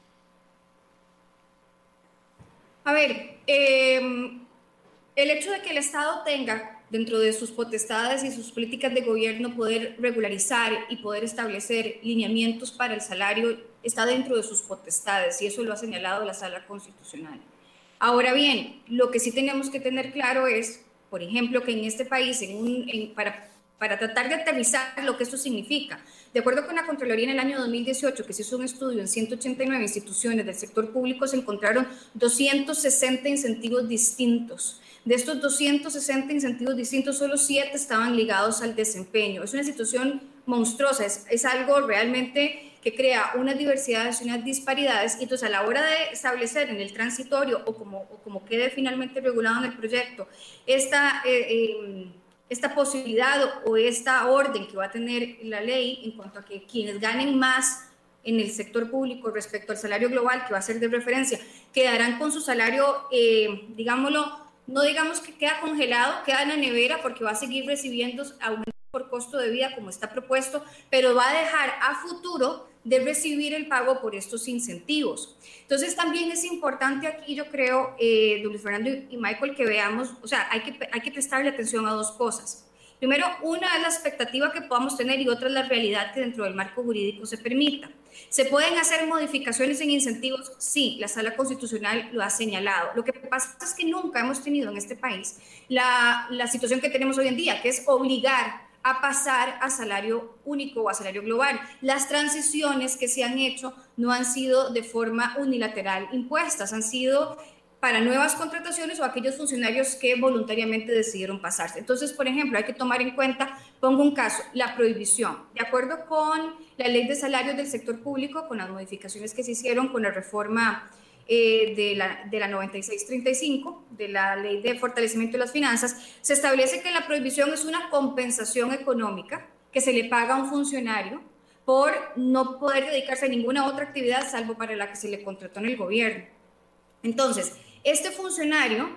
A ver, el hecho de que el Estado tenga dentro de sus potestades y sus políticas de gobierno poder regularizar y poder establecer lineamientos para el salario está dentro de sus potestades y eso lo ha señalado la Sala Constitucional. Ahora bien, lo que sí tenemos que tener claro es, por ejemplo, que en este país, para tratar de aterrizar lo que esto significa, de acuerdo con la Contraloría en el año 2018, que se hizo un estudio en 189 instituciones del sector público, se encontraron 260 incentivos distintos. De estos 260 incentivos distintos, solo 7 estaban ligados al desempeño. Es una situación monstruosa, es algo realmente que crea unas diversidades y unas disparidades, y entonces a la hora de establecer en el transitorio o como quede finalmente regulado en el proyecto esta posibilidad o esta orden que va a tener la ley en cuanto a que quienes ganen más en el sector público respecto al salario global, que va a ser de referencia, quedarán con su salario, no digamos que queda congelado, queda en la nevera porque va a seguir recibiendo aumento por costo de vida como está propuesto, pero va a dejar a futuro de recibir el pago por estos incentivos. Entonces también es importante aquí, yo creo, don Luis Fernando y Michael, que veamos, o sea, hay que prestarle atención a dos cosas. Primero, una es la expectativa que podamos tener y otra es la realidad que dentro del marco jurídico se permita. ¿Se pueden hacer modificaciones en incentivos? Sí, la Sala Constitucional lo ha señalado. Lo que pasa es que nunca hemos tenido en este país la situación que tenemos hoy en día, que es obligar a pasar a salario único o a salario global. Las transiciones que se han hecho no han sido de forma unilateral impuestas, han sido para nuevas contrataciones o aquellos funcionarios que voluntariamente decidieron pasarse. Entonces, por ejemplo, hay que tomar en cuenta, pongo un caso, la prohibición. De acuerdo con la Ley de Salarios del Sector Público, con las modificaciones que se hicieron con la reforma de la 9635, de la Ley de Fortalecimiento de las Finanzas, se establece que la prohibición es una compensación económica que se le paga a un funcionario por no poder dedicarse a ninguna otra actividad salvo para la que se le contrató en el gobierno. Entonces, este funcionario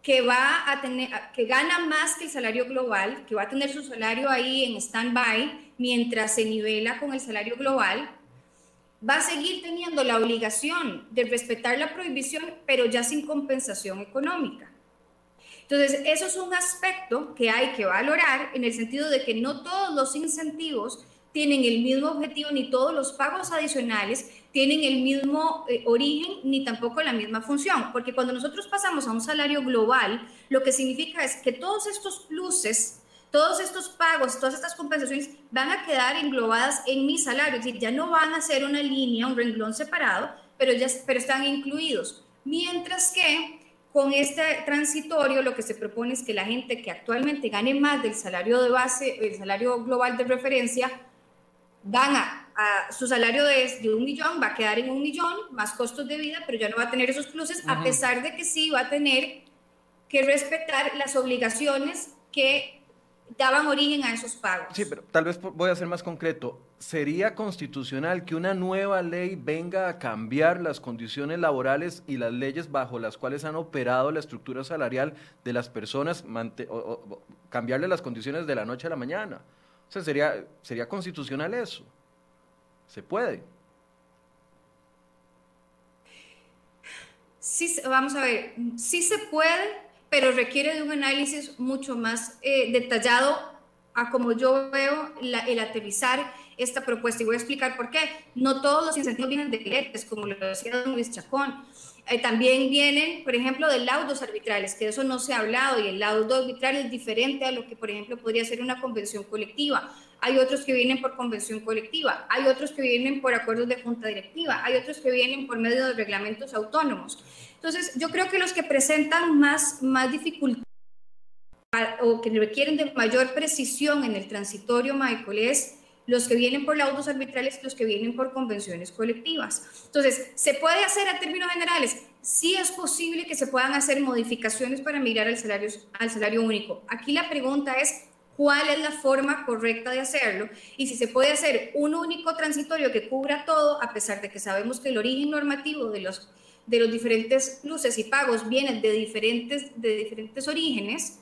que va a tener, que gana más que el salario global, que va a tener su salario ahí en stand-by mientras se nivela con el salario global, va a seguir teniendo la obligación de respetar la prohibición, pero ya sin compensación económica. Entonces, eso es un aspecto que hay que valorar en el sentido de que no todos los incentivos tienen el mismo objetivo, ni todos los pagos adicionales tienen el mismo origen, ni tampoco la misma función, porque cuando nosotros pasamos a un salario global, lo que significa es que todos estos pluses, todos estos pagos, todas estas compensaciones van a quedar englobadas en mi salario, es decir, ya no van a ser una línea, un renglón separado, pero están incluidos. Mientras que con este transitorio lo que se propone es que la gente que actualmente gane más del salario de base, el salario global de referencia, van a su salario de 1 millón, va a quedar en 1 millón, más costos de vida, pero ya no va a tener esos pluses, a pesar de que sí va a tener que respetar las obligaciones que daban origen a esos pagos. Sí, pero tal vez voy a ser más concreto. ¿Sería constitucional que una nueva ley venga a cambiar las condiciones laborales y las leyes bajo las cuales han operado la estructura salarial de las personas, cambiarle las condiciones de la noche a la mañana? O sea, ¿sería constitucional eso? ¿Se puede? Sí, vamos a ver, sí se puede, pero requiere de un análisis mucho más detallado a como yo veo el aterrizar esta propuesta. Y voy a explicar por qué. No todos los incentivos vienen de leyes, como lo decía don Luis Chacón. También vienen, por ejemplo, de laudos arbitrales, que de eso no se ha hablado, y el laudo arbitral es diferente a lo que, por ejemplo, podría ser una convención colectiva. Hay otros que vienen por convención colectiva, hay otros que vienen por acuerdos de junta directiva, hay otros que vienen por medio de reglamentos autónomos. Entonces, yo creo que los que presentan más dificultad o que requieren de mayor precisión en el transitorio, Michael, es los que vienen por laudos arbitrales y los que vienen por convenciones colectivas. Entonces, ¿se puede hacer a términos generales? Sí es posible que se puedan hacer modificaciones para migrar al salario único. Aquí la pregunta es, ¿cuál es la forma correcta de hacerlo? Y si se puede hacer un único transitorio que cubra todo, a pesar de que sabemos que el origen normativo de los diferentes pluses y pagos vienen de diferentes orígenes,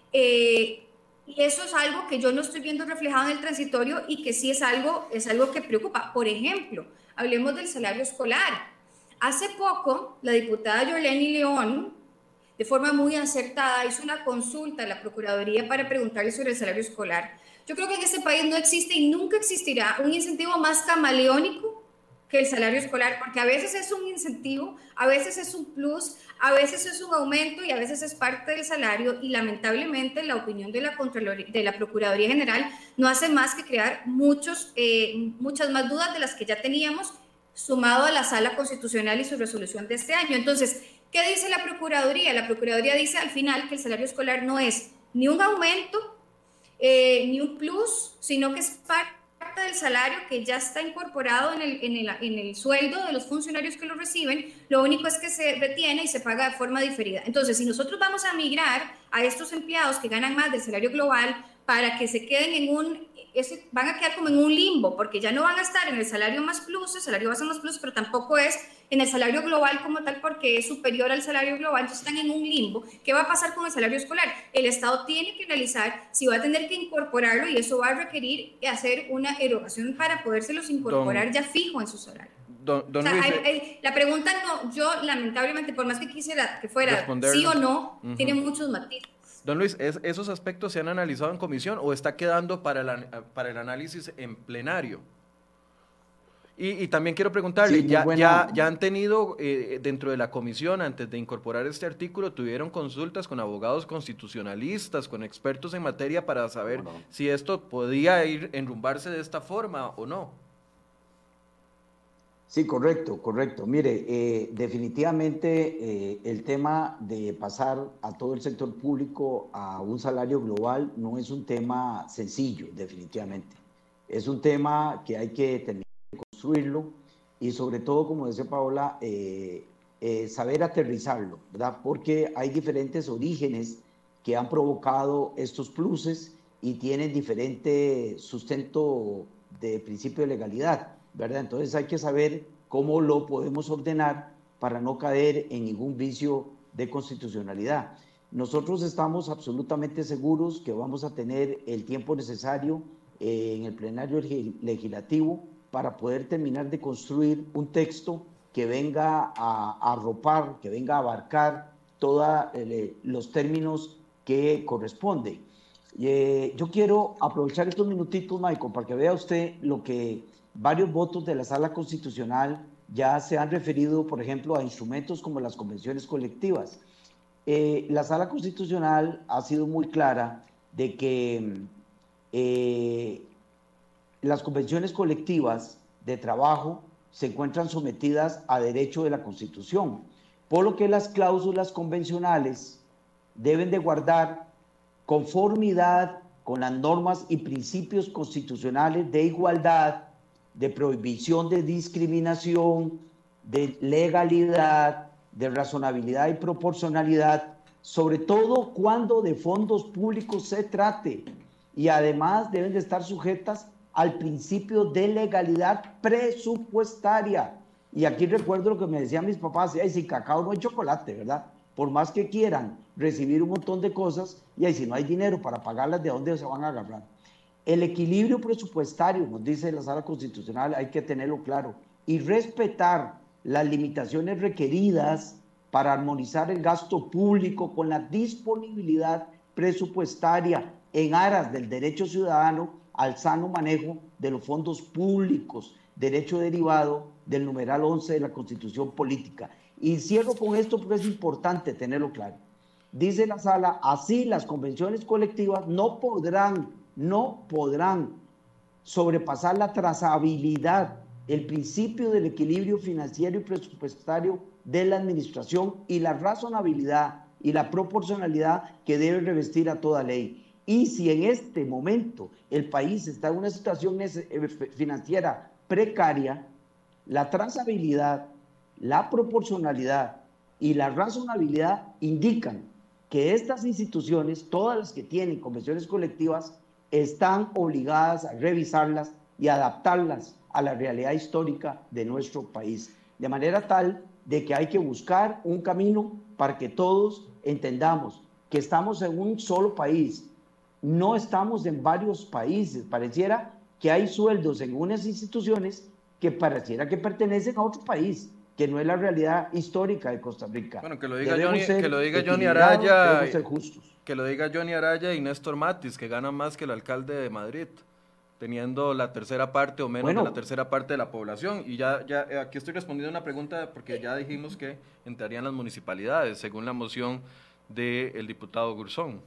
y eso es algo que yo no estoy viendo reflejado en el transitorio y que sí es algo que preocupa. Por ejemplo, hablemos del salario escolar. Hace poco, la diputada Yoleni León, de forma muy acertada, hizo una consulta a la Procuraduría para preguntarle sobre el salario escolar. Yo creo que en este país no existe y nunca existirá un incentivo más camaleónico que el salario escolar, porque a veces es un incentivo, a veces es un plus, a veces es un aumento y a veces es parte del salario, y lamentablemente la opinión de la Procuraduría General no hace más que crear muchas más dudas de las que ya teníamos, sumado a la Sala Constitucional y su resolución de este año. Entonces, ¿qué dice la Procuraduría? La Procuraduría dice al final que el salario escolar no es ni un aumento, ni un plus, sino que es parte del salario que ya está incorporado en el sueldo de los funcionarios que lo reciben. Lo único es que se retiene y se paga de forma diferida. Entonces, si nosotros vamos a migrar a estos empleados que ganan más del salario global para que se queden van a quedar como en un limbo, porque ya no van a estar en el salario más plus, el salario base más plus, pero tampoco es en el salario global como tal, porque es superior al salario global, entonces están en un limbo. ¿Qué va a pasar con el salario escolar? El Estado tiene que analizar si va a tener que incorporarlo, y eso va a requerir hacer una erogación para podérselos incorporar ya fijo en su salario. La pregunta no, yo lamentablemente, por más que quisiera que fuera sí o no, tiene muchos matices. Don Luis, ¿esos aspectos se han analizado en comisión o está quedando para el análisis en plenario? Y también quiero preguntarle, sí, ya han tenido dentro de la comisión, antes de incorporar este artículo, tuvieron consultas con abogados constitucionalistas, con expertos en materia para saber si esto podía enrumbarse de esta forma o no. Sí, correcto. Mire, definitivamente el tema de pasar a todo el sector público a un salario global no es un tema sencillo, definitivamente. Es un tema que hay que terminar de construirlo y sobre todo, como decía Paola, saber aterrizarlo, ¿verdad? Porque hay diferentes orígenes que han provocado estos pluses y tienen diferente sustento de principio de legalidad, ¿verdad? Entonces hay que saber cómo lo podemos ordenar para no caer en ningún vicio de constitucionalidad. Nosotros estamos absolutamente seguros que vamos a tener el tiempo necesario en el plenario legislativo para poder terminar de construir un texto que venga a arropar, que venga a abarcar todos los términos que corresponden. Yo quiero aprovechar estos minutitos, Michael, para que vea usted lo que varios votos de la Sala Constitucional ya se han referido, por ejemplo, a instrumentos como las convenciones colectivas. La Sala Constitucional ha sido muy clara de que las convenciones colectivas de trabajo se encuentran sometidas a derecho de la Constitución, por lo que las cláusulas convencionales deben de guardar conformidad con las normas y principios constitucionales de igualdad, de prohibición de discriminación, de legalidad, de razonabilidad y proporcionalidad, sobre todo cuando de fondos públicos se trate, y además deben de estar sujetas al principio de legalidad presupuestaria. Y aquí recuerdo lo que me decían mis papás: ay, sin cacao no hay chocolate, ¿verdad? Por más que quieran recibir un montón de cosas, y ahí si no hay dinero para pagarlas, ¿de dónde se van a agarrar? El equilibrio presupuestario, nos dice la Sala Constitucional, hay que tenerlo claro, y respetar las limitaciones requeridas para armonizar el gasto público con la disponibilidad presupuestaria en aras del derecho ciudadano al sano manejo de los fondos públicos, derecho derivado del numeral 11 de la Constitución Política. Y cierro con esto porque es importante tenerlo claro. Dice la Sala: así las convenciones colectivas no podrán sobrepasar la trazabilidad, el principio del equilibrio financiero y presupuestario de la administración y la razonabilidad y la proporcionalidad que debe revestir a toda ley. Y si en este momento el país está en una situación financiera precaria, la trazabilidad, la proporcionalidad y la razonabilidad indican que estas instituciones, todas las que tienen convenciones colectivas, están obligadas a revisarlas y adaptarlas a la realidad histórica de nuestro país, de manera tal de que hay que buscar un camino para que todos entendamos que estamos en un solo país, no estamos en varios países. Pareciera que hay sueldos en unas instituciones que pareciera que pertenecen a otro país, que no es la realidad histórica de Costa Rica. Bueno, que lo diga Johnny Araya, ser justos. Que lo diga Johnny Araya y Néstor Matis, que ganan más que el alcalde de Madrid, teniendo la tercera parte o menos de la tercera parte de la población. Y ya aquí estoy respondiendo una pregunta porque ya dijimos que entrarían las municipalidades, según la moción del diputado Gurzón.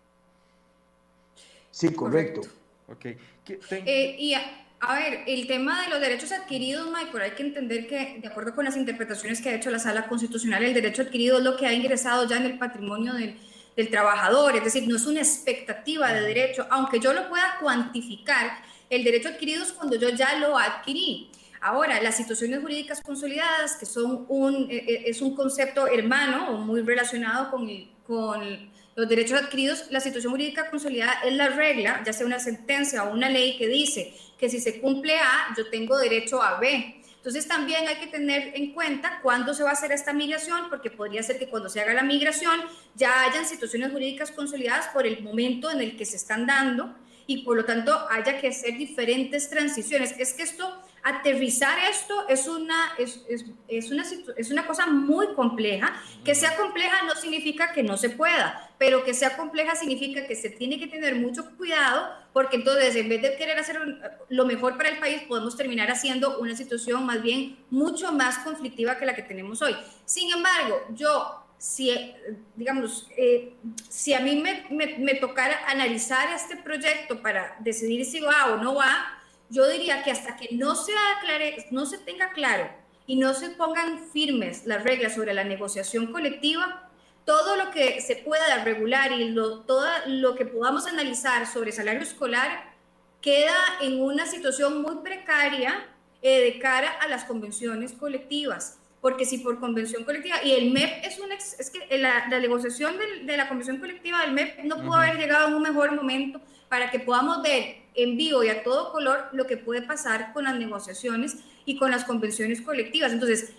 Sí, correcto. Okay. A ver, el tema de los derechos adquiridos, Michael, hay que entender que, de acuerdo con las interpretaciones que ha hecho la Sala Constitucional, el derecho adquirido es lo que ha ingresado ya en el patrimonio del trabajador, es decir, no es una expectativa de derecho, aunque yo lo pueda cuantificar, el derecho adquirido es cuando yo ya lo adquirí. Ahora, las situaciones jurídicas consolidadas, que son es un concepto hermano o muy relacionado con los derechos adquiridos, la situación jurídica consolidada es la regla, ya sea una sentencia o una ley que dice que si se cumple A, yo tengo derecho a B. Entonces también hay que tener en cuenta cuándo se va a hacer esta migración, porque podría ser que cuando se haga la migración ya hayan situaciones jurídicas consolidadas por el momento en el que se están dando y por lo tanto haya que hacer diferentes transiciones. Es que aterrizar esto es una cosa muy compleja. Que sea compleja no significa que no se pueda, pero que sea compleja significa que se tiene que tener mucho cuidado, porque entonces en vez de querer hacer lo mejor para el país, podemos terminar haciendo una situación más bien mucho más conflictiva que la que tenemos hoy. Sin embargo, si a mí me tocara analizar este proyecto para decidir si va o no va, yo diría que hasta que no se tenga claro y no se pongan firmes las reglas sobre la negociación colectiva, todo lo que se pueda regular y todo lo que podamos analizar sobre salario escolar queda en una situación muy precaria de cara a las convenciones colectivas. Porque si por convención colectiva, y el MEP es que la negociación de la convención colectiva del MEP no pudo haber llegado en un mejor momento para que podamos ver en vivo y a todo color lo que puede pasar con las negociaciones y con las convenciones colectivas. Entonces,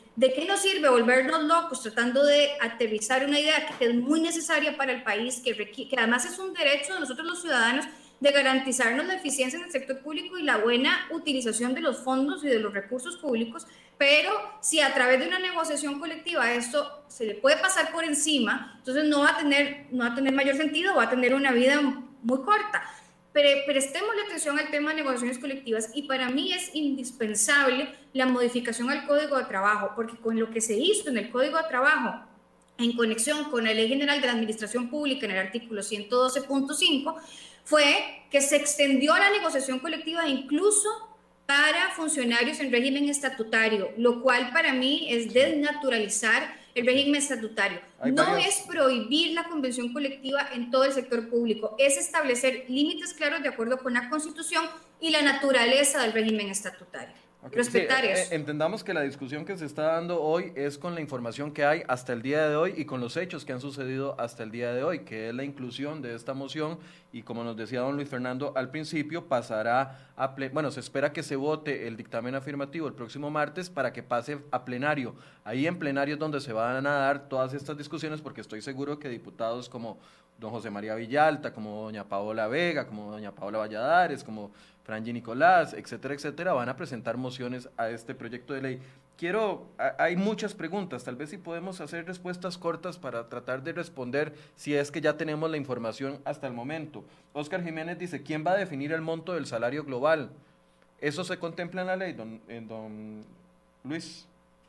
¿De qué nos sirve volvernos locos tratando de aterrizar una idea que es muy necesaria para el país, que además es un derecho de nosotros los ciudadanos de garantizarnos la eficiencia en el sector público y la buena utilización de los fondos y de los recursos públicos? Pero si a través de una negociación colectiva esto se le puede pasar por encima, entonces no va a tener mayor sentido, va a tener una vida muy corta. Prestemos la atención al tema de negociaciones colectivas, y para mí es indispensable la modificación al Código de Trabajo, porque con lo que se hizo en el Código de Trabajo en conexión con la Ley General de la Administración Pública en el artículo 112.5 fue que se extendió la negociación colectiva incluso para funcionarios en régimen estatutario, lo cual para mí es desnaturalizar el régimen estatutario. No es prohibir la convención colectiva en todo el sector público, es establecer límites claros de acuerdo con la Constitución y la naturaleza del régimen estatutario. Respetar eso. Entendamos que la discusión que se está dando hoy es con la información que hay hasta el día de hoy y con los hechos que han sucedido hasta el día de hoy, que es la inclusión de esta moción, y como nos decía don Luis Fernando al principio, pasará a se espera que se vote el dictamen afirmativo el próximo martes para que pase a plenario. Ahí en plenario es donde se van a dar todas estas discusiones, porque estoy seguro que diputados como don José María Villalta, como doña Paola Vega, como doña Paola Valladares, como Franji Nicolás, etcétera, etcétera, van a presentar mociones a este proyecto de ley. Hay muchas preguntas, tal vez si podemos hacer respuestas cortas para tratar de responder si es que ya tenemos la información hasta el momento. Oscar Jiménez dice, ¿quién va a definir el monto del salario global? ¿Eso se contempla en la ley, don Luis?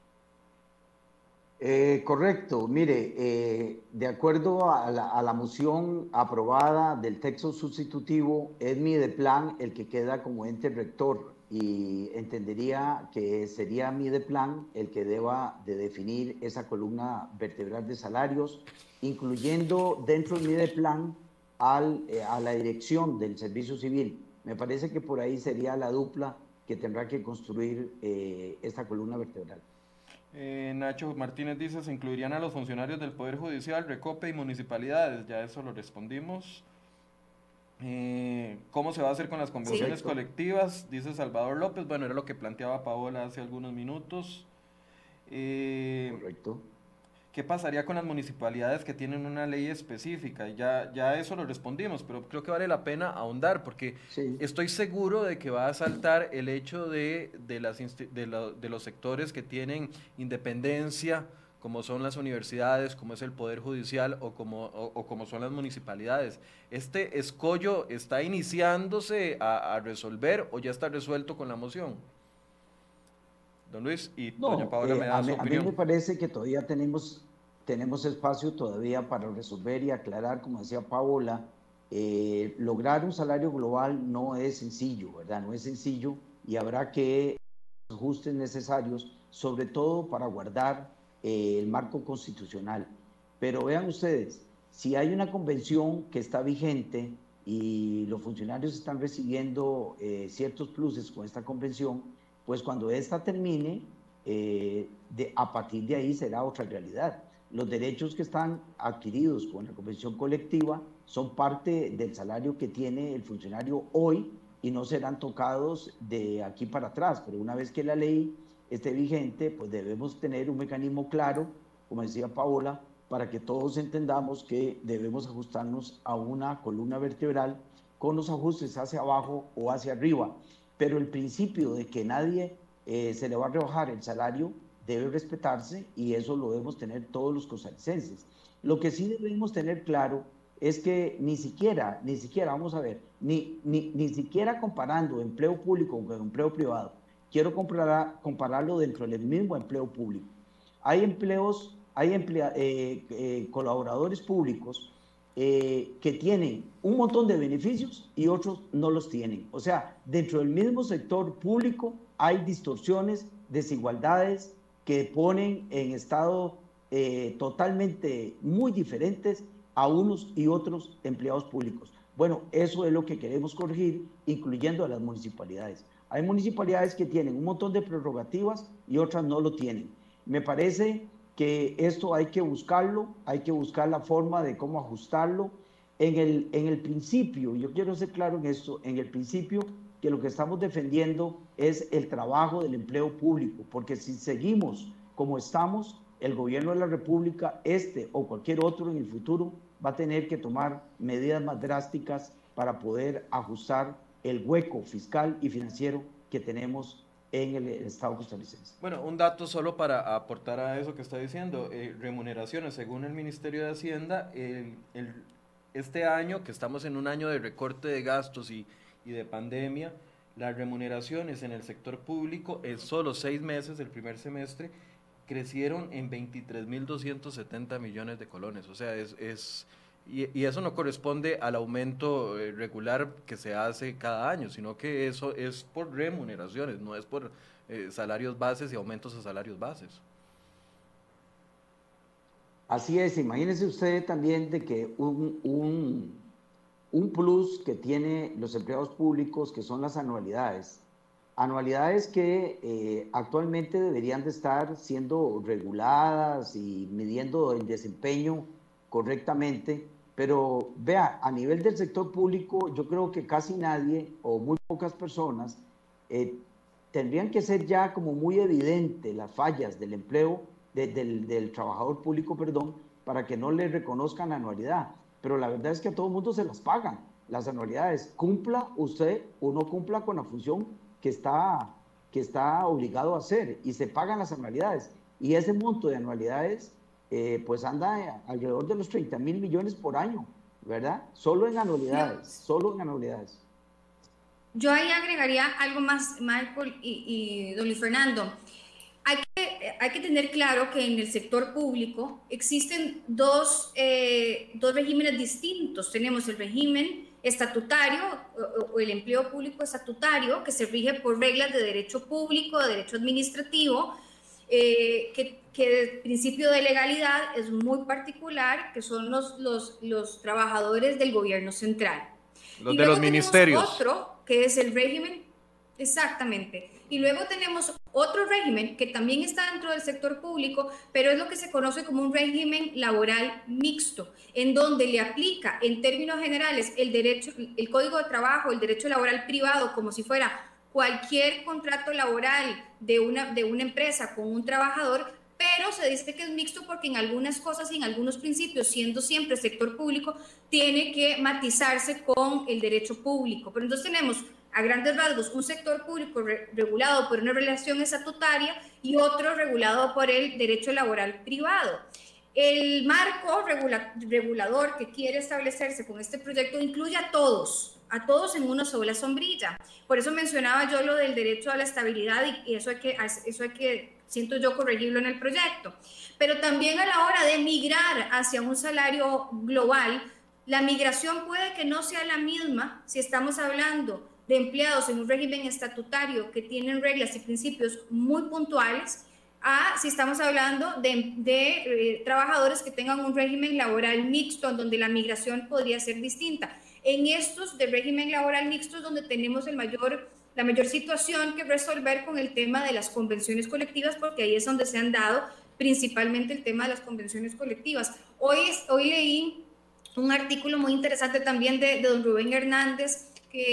Correcto, mire, de acuerdo a la moción aprobada del texto sustitutivo, es Mideplan el que queda como ente rector, y entendería que sería Mideplan el que deba de definir esa columna vertebral de salarios, incluyendo dentro del Mideplan a la dirección del servicio civil. Me parece que por ahí sería la dupla que tendrá que construir esta columna vertebral. Nacho Martínez dice, ¿se incluirían a los funcionarios del Poder Judicial, Recope y municipalidades? Ya eso lo respondimos. ¿Cómo se va a hacer con las convenciones colectivas? Dice Salvador López. Bueno, era lo que planteaba Paola hace algunos minutos. Correcto. ¿Qué pasaría con las municipalidades que tienen una ley específica? Ya eso lo respondimos, pero creo que vale la pena ahondar, porque estoy seguro de que va a saltar el hecho de los sectores que tienen independencia, como son las universidades, como es el Poder Judicial o como son las municipalidades. ¿Este escollo está iniciándose a resolver o ya está resuelto con la moción? Don Luis, y doña Paola me da su opinión. A mí me parece que todavía tenemos espacio todavía para resolver y aclarar, como decía Paola, lograr un salario global no es sencillo, ¿verdad? No es sencillo, y habrá que ajustes necesarios, sobre todo para guardar el marco constitucional. Pero vean ustedes, si hay una convención que está vigente y los funcionarios están recibiendo ciertos pluses con esta convención, pues cuando esta termine, a partir de ahí será otra realidad. Los derechos que están adquiridos con la convención colectiva son parte del salario que tiene el funcionario hoy y no serán tocados de aquí para atrás, pero una vez que la ley esté vigente, pues debemos tener un mecanismo claro, como decía Paola, para que todos entendamos que debemos ajustarnos a una columna vertebral con los ajustes hacia abajo o hacia arriba. Pero el principio de que nadie se le va a rebajar el salario debe respetarse, y eso lo debemos tener todos los costarricenses. Lo que sí debemos tener claro es que ni siquiera, vamos a ver, ni siquiera comparando empleo público con empleo privado, quiero compararlo dentro del mismo empleo público. Hay colaboradores públicos que tienen un montón de beneficios y otros no los tienen. O sea, dentro del mismo sector público hay distorsiones, desigualdades que ponen en estado totalmente muy diferentes a unos y otros empleados públicos. Bueno, eso es lo que queremos corregir, incluyendo a las municipalidades. Hay municipalidades que tienen un montón de prerrogativas y otras no lo tienen. Me parece que esto hay que buscarlo, hay que buscar la forma de cómo ajustarlo. En el principio, yo quiero ser claro en esto, en el principio que lo que estamos defendiendo es el trabajo del empleo público, porque si seguimos como estamos, el gobierno de la República, este o cualquier otro en el futuro, va a tener que tomar medidas más drásticas para poder ajustar el hueco fiscal y financiero que tenemos en el Estado costarricense. Bueno, un dato solo para aportar a eso que está diciendo, remuneraciones según el Ministerio de Hacienda, este año, que estamos en un año de recorte de gastos y de pandemia, las remuneraciones en el sector público en solo 6 meses, el primer semestre, crecieron en 23.270 millones de colones, o sea, y eso no corresponde al aumento regular que se hace cada año, sino que eso es por remuneraciones, no es por salarios bases y aumentos a salarios bases. Así es, imagínese usted también de que un plus que tiene los empleados públicos, que son las anualidades que actualmente deberían de estar siendo reguladas y midiendo el desempeño correctamente, pero vea, a nivel del sector público yo creo que casi nadie o muy pocas personas tendrían que ser ya como muy evidente las fallas del empleo del trabajador público, perdón, para que no le reconozcan la anualidad, pero la verdad es que a todo el mundo se las pagan las anualidades, cumpla usted o no cumpla con la función que está obligado a hacer, y se pagan las anualidades, y ese monto de anualidades pues anda alrededor de los 30.000 millones por año, ¿verdad? Solo en anualidades. Yo ahí agregaría algo más, Michael y don Luis Fernando. Hay que tener claro que en el sector público existen dos regímenes distintos. Tenemos el régimen estatutario o el empleo público estatutario, que se rige por reglas de derecho público, de derecho administrativo, que el principio de legalidad es muy particular, que son los trabajadores del gobierno central. Los de los ministerios. Otro, que es el régimen, exactamente. Y luego tenemos otro régimen que también está dentro del sector público, pero es lo que se conoce como un régimen laboral mixto, en donde le aplica en términos generales el Código de Trabajo, el derecho laboral privado, como si fuera cualquier contrato laboral de una empresa con un trabajador, pero se dice que es mixto porque en algunas cosas y en algunos principios, siendo siempre sector público, tiene que matizarse con el derecho público. Pero entonces tenemos a grandes rasgos un sector público regulado por una relación estatutaria y otro regulado por el derecho laboral privado. El marco regulador que quiere establecerse con este proyecto incluye a todos en una sola sombrilla. Por eso mencionaba yo lo del derecho a la estabilidad, y eso hay que, siento yo, corregirlo en el proyecto. Pero también a la hora de migrar hacia un salario global, la migración puede que no sea la misma si estamos hablando de empleados en un régimen estatutario que tienen reglas y principios muy puntuales, a si estamos hablando de trabajadores que tengan un régimen laboral mixto, en donde la migración podría ser distinta. En estos de régimen laboral mixto es donde tenemos la mayor situación que resolver con el tema de las convenciones colectivas, porque ahí es donde se han dado principalmente el tema de las convenciones colectivas. Hoy leí un artículo muy interesante también de don Rubén Hernández,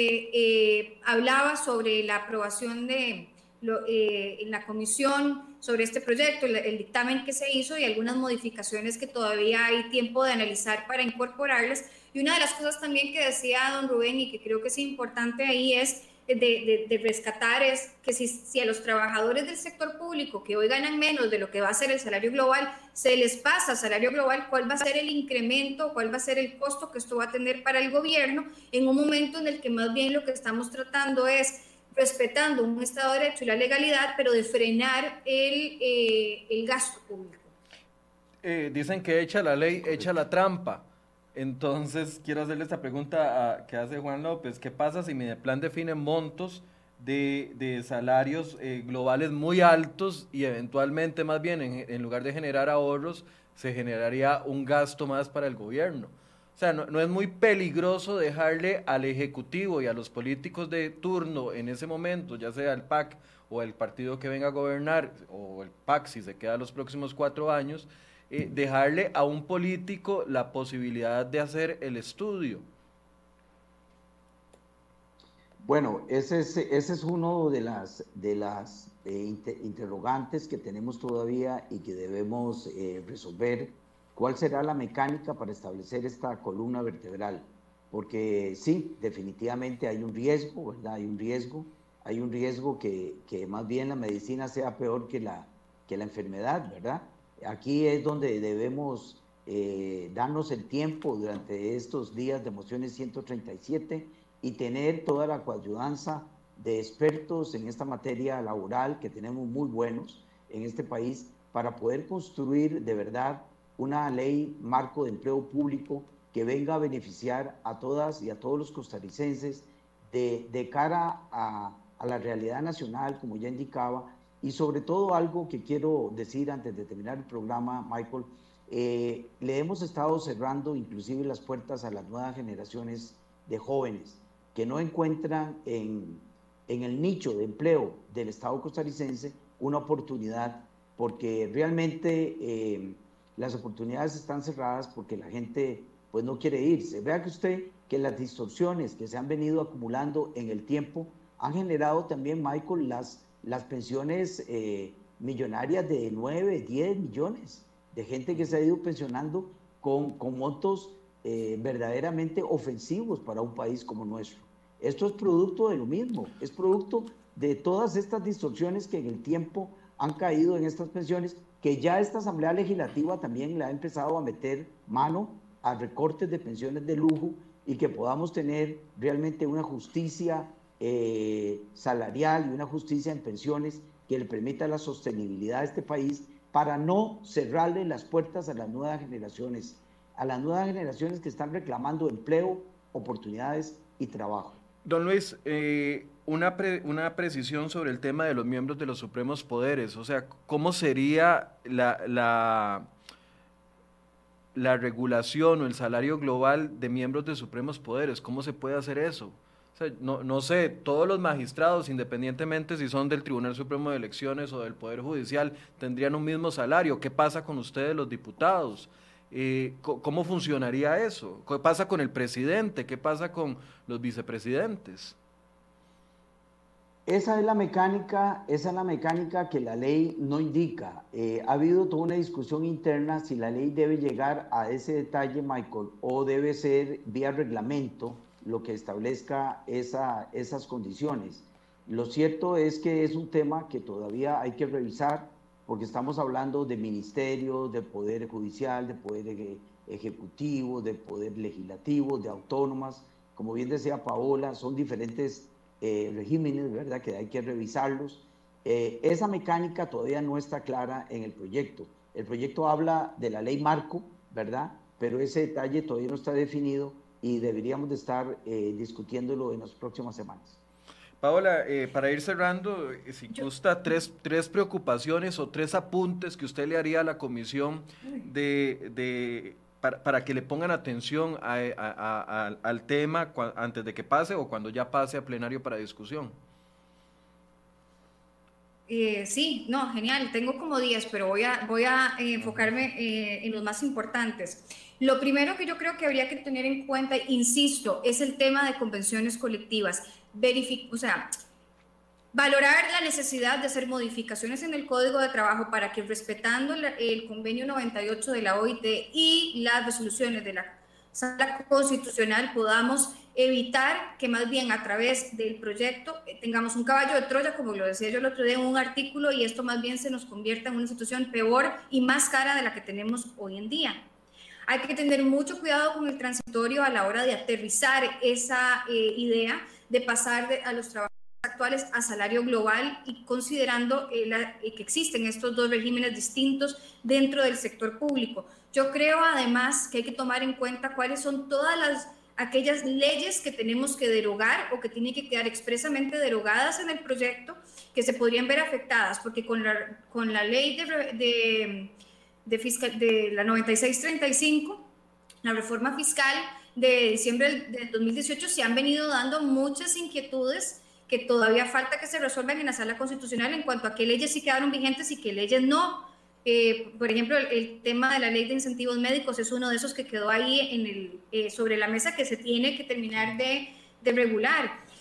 que hablaba sobre la aprobación en la comisión sobre este proyecto, el dictamen que se hizo y algunas modificaciones que todavía hay tiempo de analizar para incorporarlas. Y una de las cosas también que decía don Rubén y que creo que es importante ahí es de rescatar es que si a los trabajadores del sector público que hoy ganan menos de lo que va a ser el salario global, se les pasa salario global, ¿cuál va a ser el incremento, cuál va a ser el costo que esto va a tener para el gobierno en un momento en el que más bien lo que estamos tratando es respetando un Estado de Derecho y la legalidad, pero de frenar el gasto público? Dicen que echa la ley, echa la trampa. Entonces, quiero hacerle esta pregunta que hace Juan López. ¿Qué pasa si Mideplan define montos de salarios globales muy altos y eventualmente, más bien, en lugar de generar ahorros, se generaría un gasto más para el gobierno? O sea, no es muy peligroso dejarle al Ejecutivo y a los políticos de turno en ese momento, ya sea el PAC o el partido que venga a gobernar, o el PAC si se queda los próximos 4 años, dejarle a un político la posibilidad de hacer el estudio. Bueno, ese es uno de las interrogantes que tenemos todavía y que debemos resolver. ¿Cuál será la mecánica para establecer esta columna vertebral? Porque sí, definitivamente hay un riesgo, ¿verdad? Hay un riesgo que más bien la medicina sea peor que la enfermedad, ¿verdad? Aquí es donde debemos darnos el tiempo durante estos días de Mociones 137 y tener toda la coayudanza de expertos en esta materia laboral que tenemos muy buenos en este país para poder construir de verdad una ley marco de empleo público que venga a beneficiar a todas y a todos los costarricenses de cara a la realidad nacional, como ya indicaba, y sobre todo algo que quiero decir antes de terminar el programa, Michael, le hemos estado cerrando inclusive las puertas a las nuevas generaciones de jóvenes que no encuentran en el nicho de empleo del Estado costarricense una oportunidad, porque realmente las oportunidades están cerradas porque la gente pues no quiere irse. Vea que usted que las distorsiones que se han venido acumulando en el tiempo han generado también, Michael, las pensiones millonarias de 9, 10 millones de gente que se ha ido pensionando con montos verdaderamente ofensivos para un país como nuestro. Esto es producto de lo mismo, es producto de todas estas distorsiones que en el tiempo han caído en estas pensiones, que ya esta Asamblea Legislativa también le ha empezado a meter mano a recortes de pensiones de lujo y que podamos tener realmente una justicia salarial y una justicia en pensiones que le permita la sostenibilidad de este país para no cerrarle las puertas a las nuevas generaciones que están reclamando empleo, oportunidades y trabajo. Don Luis, una precisión sobre el tema de los miembros de los supremos poderes, o sea, ¿cómo sería la regulación o el salario global de miembros de supremos poderes? ¿Cómo se puede hacer eso? O sea, no sé, todos los magistrados, independientemente si son del Tribunal Supremo de Elecciones o del Poder Judicial, tendrían un mismo salario. ¿Qué pasa con ustedes, los diputados? ¿Cómo funcionaría eso? ¿Qué pasa con el presidente? ¿Qué pasa con los vicepresidentes? Esa es la mecánica que la ley no indica. Ha habido toda una discusión interna si la ley debe llegar a ese detalle, Michael, o debe ser vía reglamento lo que establezca esas condiciones. Lo cierto es que es un tema que todavía hay que revisar, porque estamos hablando de ministerios, de poder judicial, de poder ejecutivo, de poder legislativo, de autónomas. Como bien decía Paola, son diferentes regímenes, ¿verdad?, que hay que revisarlos. Esa mecánica todavía no está clara en el proyecto. El proyecto habla de la ley marco, ¿verdad?, pero ese detalle todavía no está definido y deberíamos de estar discutiéndolo en las próximas semanas. Paola, para ir cerrando, si gusta, tres preocupaciones o tres apuntes que usted le haría a la comisión para que le pongan atención al tema antes de que pase o cuando ya pase a plenario para discusión. Sí, no, genial, tengo como 10, pero voy a enfocarme en los más importantes. Lo primero que yo creo que habría que tener en cuenta, insisto, es el tema de convenciones colectivas. Valorar la necesidad de hacer modificaciones en el Código de Trabajo para que, respetando el convenio 98 de la OIT y las resoluciones de la Sala Constitucional, podamos evitar que más bien a través del proyecto tengamos un caballo de Troya, como lo decía yo el otro día en un artículo, y esto más bien se nos convierta en una situación peor y más cara de la que tenemos hoy en día. Hay que tener mucho cuidado con el transitorio a la hora de aterrizar esa idea de pasar a los trabajos actuales a salario global y considerando que existen estos dos regímenes distintos dentro del sector público. Yo creo además que hay que tomar en cuenta cuáles son todas aquellas leyes que tenemos que derogar o que tienen que quedar expresamente derogadas en el proyecto, que se podrían ver afectadas, porque con la ley de la 9635, la reforma fiscal de diciembre del 2018, se han venido dando muchas inquietudes que todavía falta que se resuelvan en la Sala Constitucional en cuanto a qué leyes sí quedaron vigentes y qué leyes no. Por ejemplo, el tema de la ley de incentivos médicos es uno de esos que quedó ahí sobre la mesa, que se tiene que terminar de regular.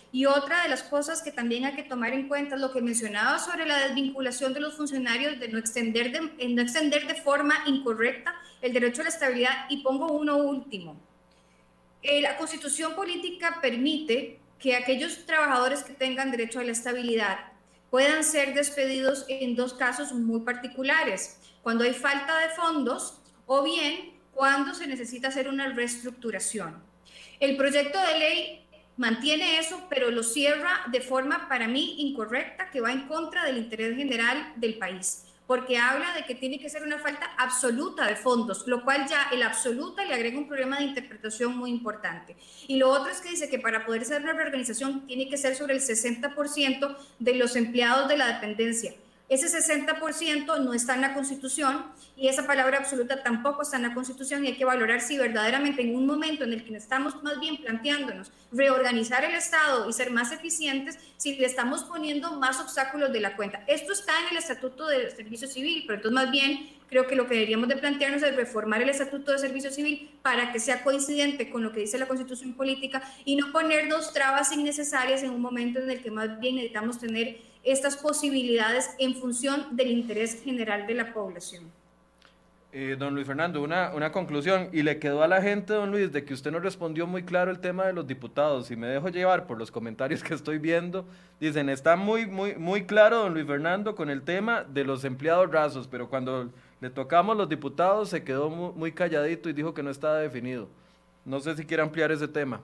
Y otra de las cosas que también hay que tomar en cuenta es lo que mencionaba sobre la desvinculación de los funcionarios, de no extender de forma incorrecta el derecho a la estabilidad. Y pongo uno último. La Constitución política permite que aquellos trabajadores que tengan derecho a la estabilidad puedan ser despedidos en dos casos muy particulares: cuando hay falta de fondos o bien cuando se necesita hacer una reestructuración. El proyecto de ley mantiene eso, pero lo cierra de forma, para mí, incorrecta, que va en contra del interés general del país, porque habla de que tiene que ser una falta absoluta de fondos, lo cual ya el absoluta le agrega un problema de interpretación muy importante. Y lo otro es que dice que para poder hacer una reorganización tiene que ser sobre el 60% de los empleados de la dependencia. Ese 60% no está en la Constitución y esa palabra absoluta tampoco está en la Constitución, y hay que valorar si verdaderamente en un momento en el que estamos más bien planteándonos reorganizar el Estado y ser más eficientes, si le estamos poniendo más obstáculos de la cuenta. Esto está en el Estatuto de Servicio Civil, pero entonces más bien creo que lo que deberíamos de plantearnos es reformar el Estatuto de Servicio Civil para que sea coincidente con lo que dice la Constitución política y no ponernos trabas innecesarias en un momento en el que más bien necesitamos tener estas posibilidades en función del interés general de la población. Don Luis Fernando, una conclusión, y le quedó a la gente, don Luis, de que usted nos respondió muy claro el tema de los diputados, y me dejo llevar por los comentarios que estoy viendo. Dicen, está muy claro don Luis Fernando con el tema de los empleados rasos, pero cuando le tocamos los diputados se quedó muy calladito y dijo que no estaba definido. No sé si quiere ampliar ese tema.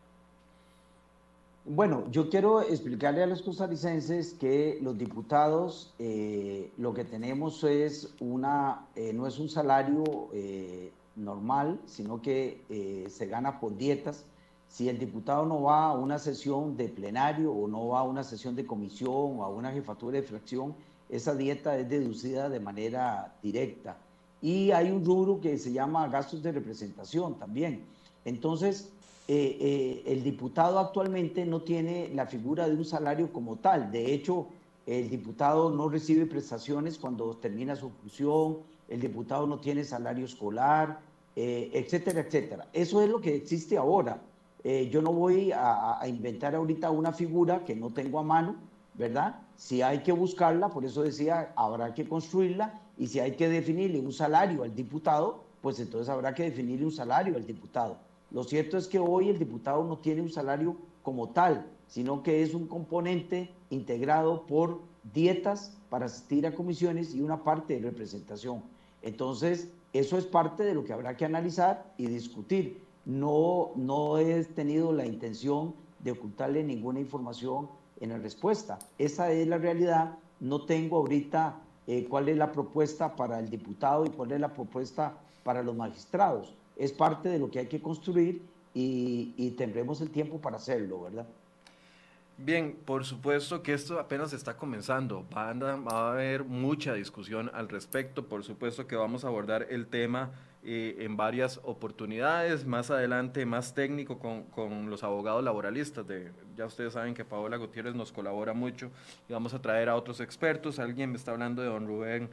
Bueno, yo quiero explicarle a los costarricenses que los diputados lo que tenemos es no es un salario normal, sino que se gana por dietas. Si el diputado no va a una sesión de plenario o no va a una sesión de comisión o a una jefatura de fracción, esa dieta es deducida de manera directa. Y hay un rubro que se llama gastos de representación también. Entonces, el diputado actualmente no tiene la figura de un salario como tal. De hecho, el diputado no recibe prestaciones cuando termina su función, el diputado no tiene salario escolar, etcétera, etcétera. Eso es lo que existe ahora. Yo no voy a inventar ahorita una figura que no tengo a mano, ¿verdad? Si hay que buscarla, por eso decía, habrá que construirla, y si hay que definirle un salario al diputado, pues entonces habrá que definirle un salario al diputado. Lo cierto es que hoy el diputado no tiene un salario como tal, sino que es un componente integrado por dietas para asistir a comisiones y una parte de representación. Entonces, eso es parte de lo que habrá que analizar y discutir. No he tenido la intención de ocultarle ninguna información en la respuesta. Esa es la realidad. No tengo ahorita cuál es la propuesta para el diputado y cuál es la propuesta para los magistrados. Es parte de lo que hay que construir y tendremos el tiempo para hacerlo, ¿verdad? Bien, por supuesto que esto apenas está comenzando, va a haber mucha discusión al respecto, por supuesto que vamos a abordar el tema en varias oportunidades, más adelante más técnico con los abogados laboralistas, ya ustedes saben que Paola Gutiérrez nos colabora mucho y vamos a traer a otros expertos. Alguien me está hablando de don Rubén,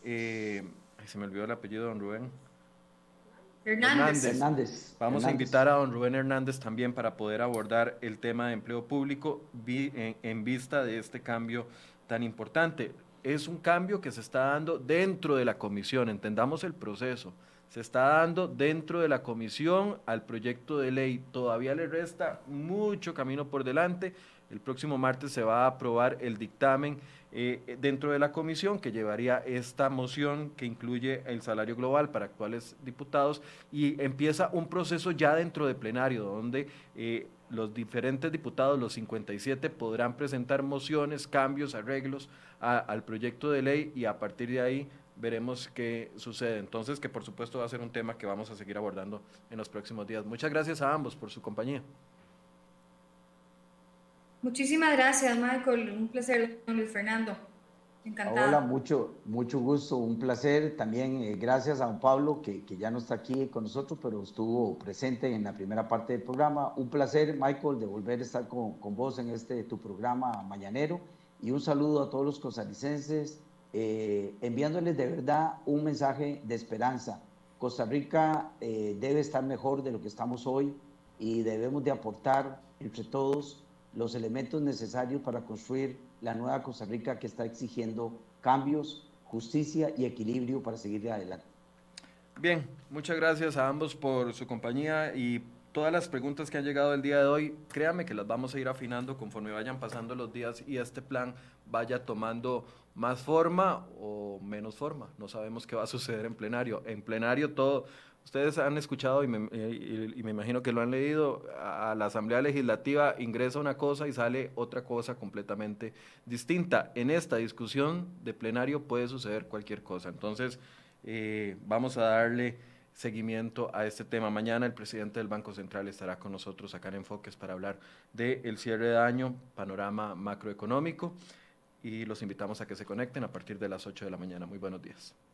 se me olvidó el apellido de don Rubén. Hernández. Vamos a invitar a don Rubén Hernández también para poder abordar el tema de empleo público en vista de este cambio tan importante. Es un cambio que se está dando dentro de la comisión, entendamos el proceso. Se está dando dentro de la comisión al proyecto de ley. Todavía le resta mucho camino por delante. El próximo martes se va a aprobar el dictamen dentro de la comisión que llevaría esta moción que incluye el salario global para actuales diputados, y empieza un proceso ya dentro de plenario donde los diferentes diputados, los 57, podrán presentar mociones, cambios, arreglos al proyecto de ley, y a partir de ahí veremos qué sucede. Entonces, que por supuesto va a ser un tema que vamos a seguir abordando en los próximos días. Muchas gracias a ambos por su compañía. Muchísimas gracias, Michael. Un placer, don Luis Fernando. Encantada. Hola, mucho gusto, un placer. También gracias a don Pablo, que ya no está aquí con nosotros, pero estuvo presente en la primera parte del programa. Un placer, Michael, de volver a estar con vos en tu programa mañanero. Y un saludo a todos los costarricenses, enviándoles de verdad un mensaje de esperanza. Costa Rica debe estar mejor de lo que estamos hoy y debemos de aportar entre todos los elementos necesarios para construir la nueva Costa Rica que está exigiendo cambios, justicia y equilibrio para seguir adelante. Bien, muchas gracias a ambos por su compañía y todas las preguntas que han llegado el día de hoy, créanme que las vamos a ir afinando conforme vayan pasando los días y este plan vaya tomando más forma o menos forma. No sabemos qué va a suceder en plenario. En plenario todo, ustedes han escuchado y me imagino que lo han leído, a la Asamblea Legislativa ingresa una cosa y sale otra cosa completamente distinta. En esta discusión de plenario puede suceder cualquier cosa. Entonces, vamos a darle seguimiento a este tema. Mañana el presidente del Banco Central estará con nosotros acá en Enfoques para hablar del cierre de año, panorama macroeconómico, y los invitamos a que se conecten a partir de las 8 de la mañana. Muy buenos días.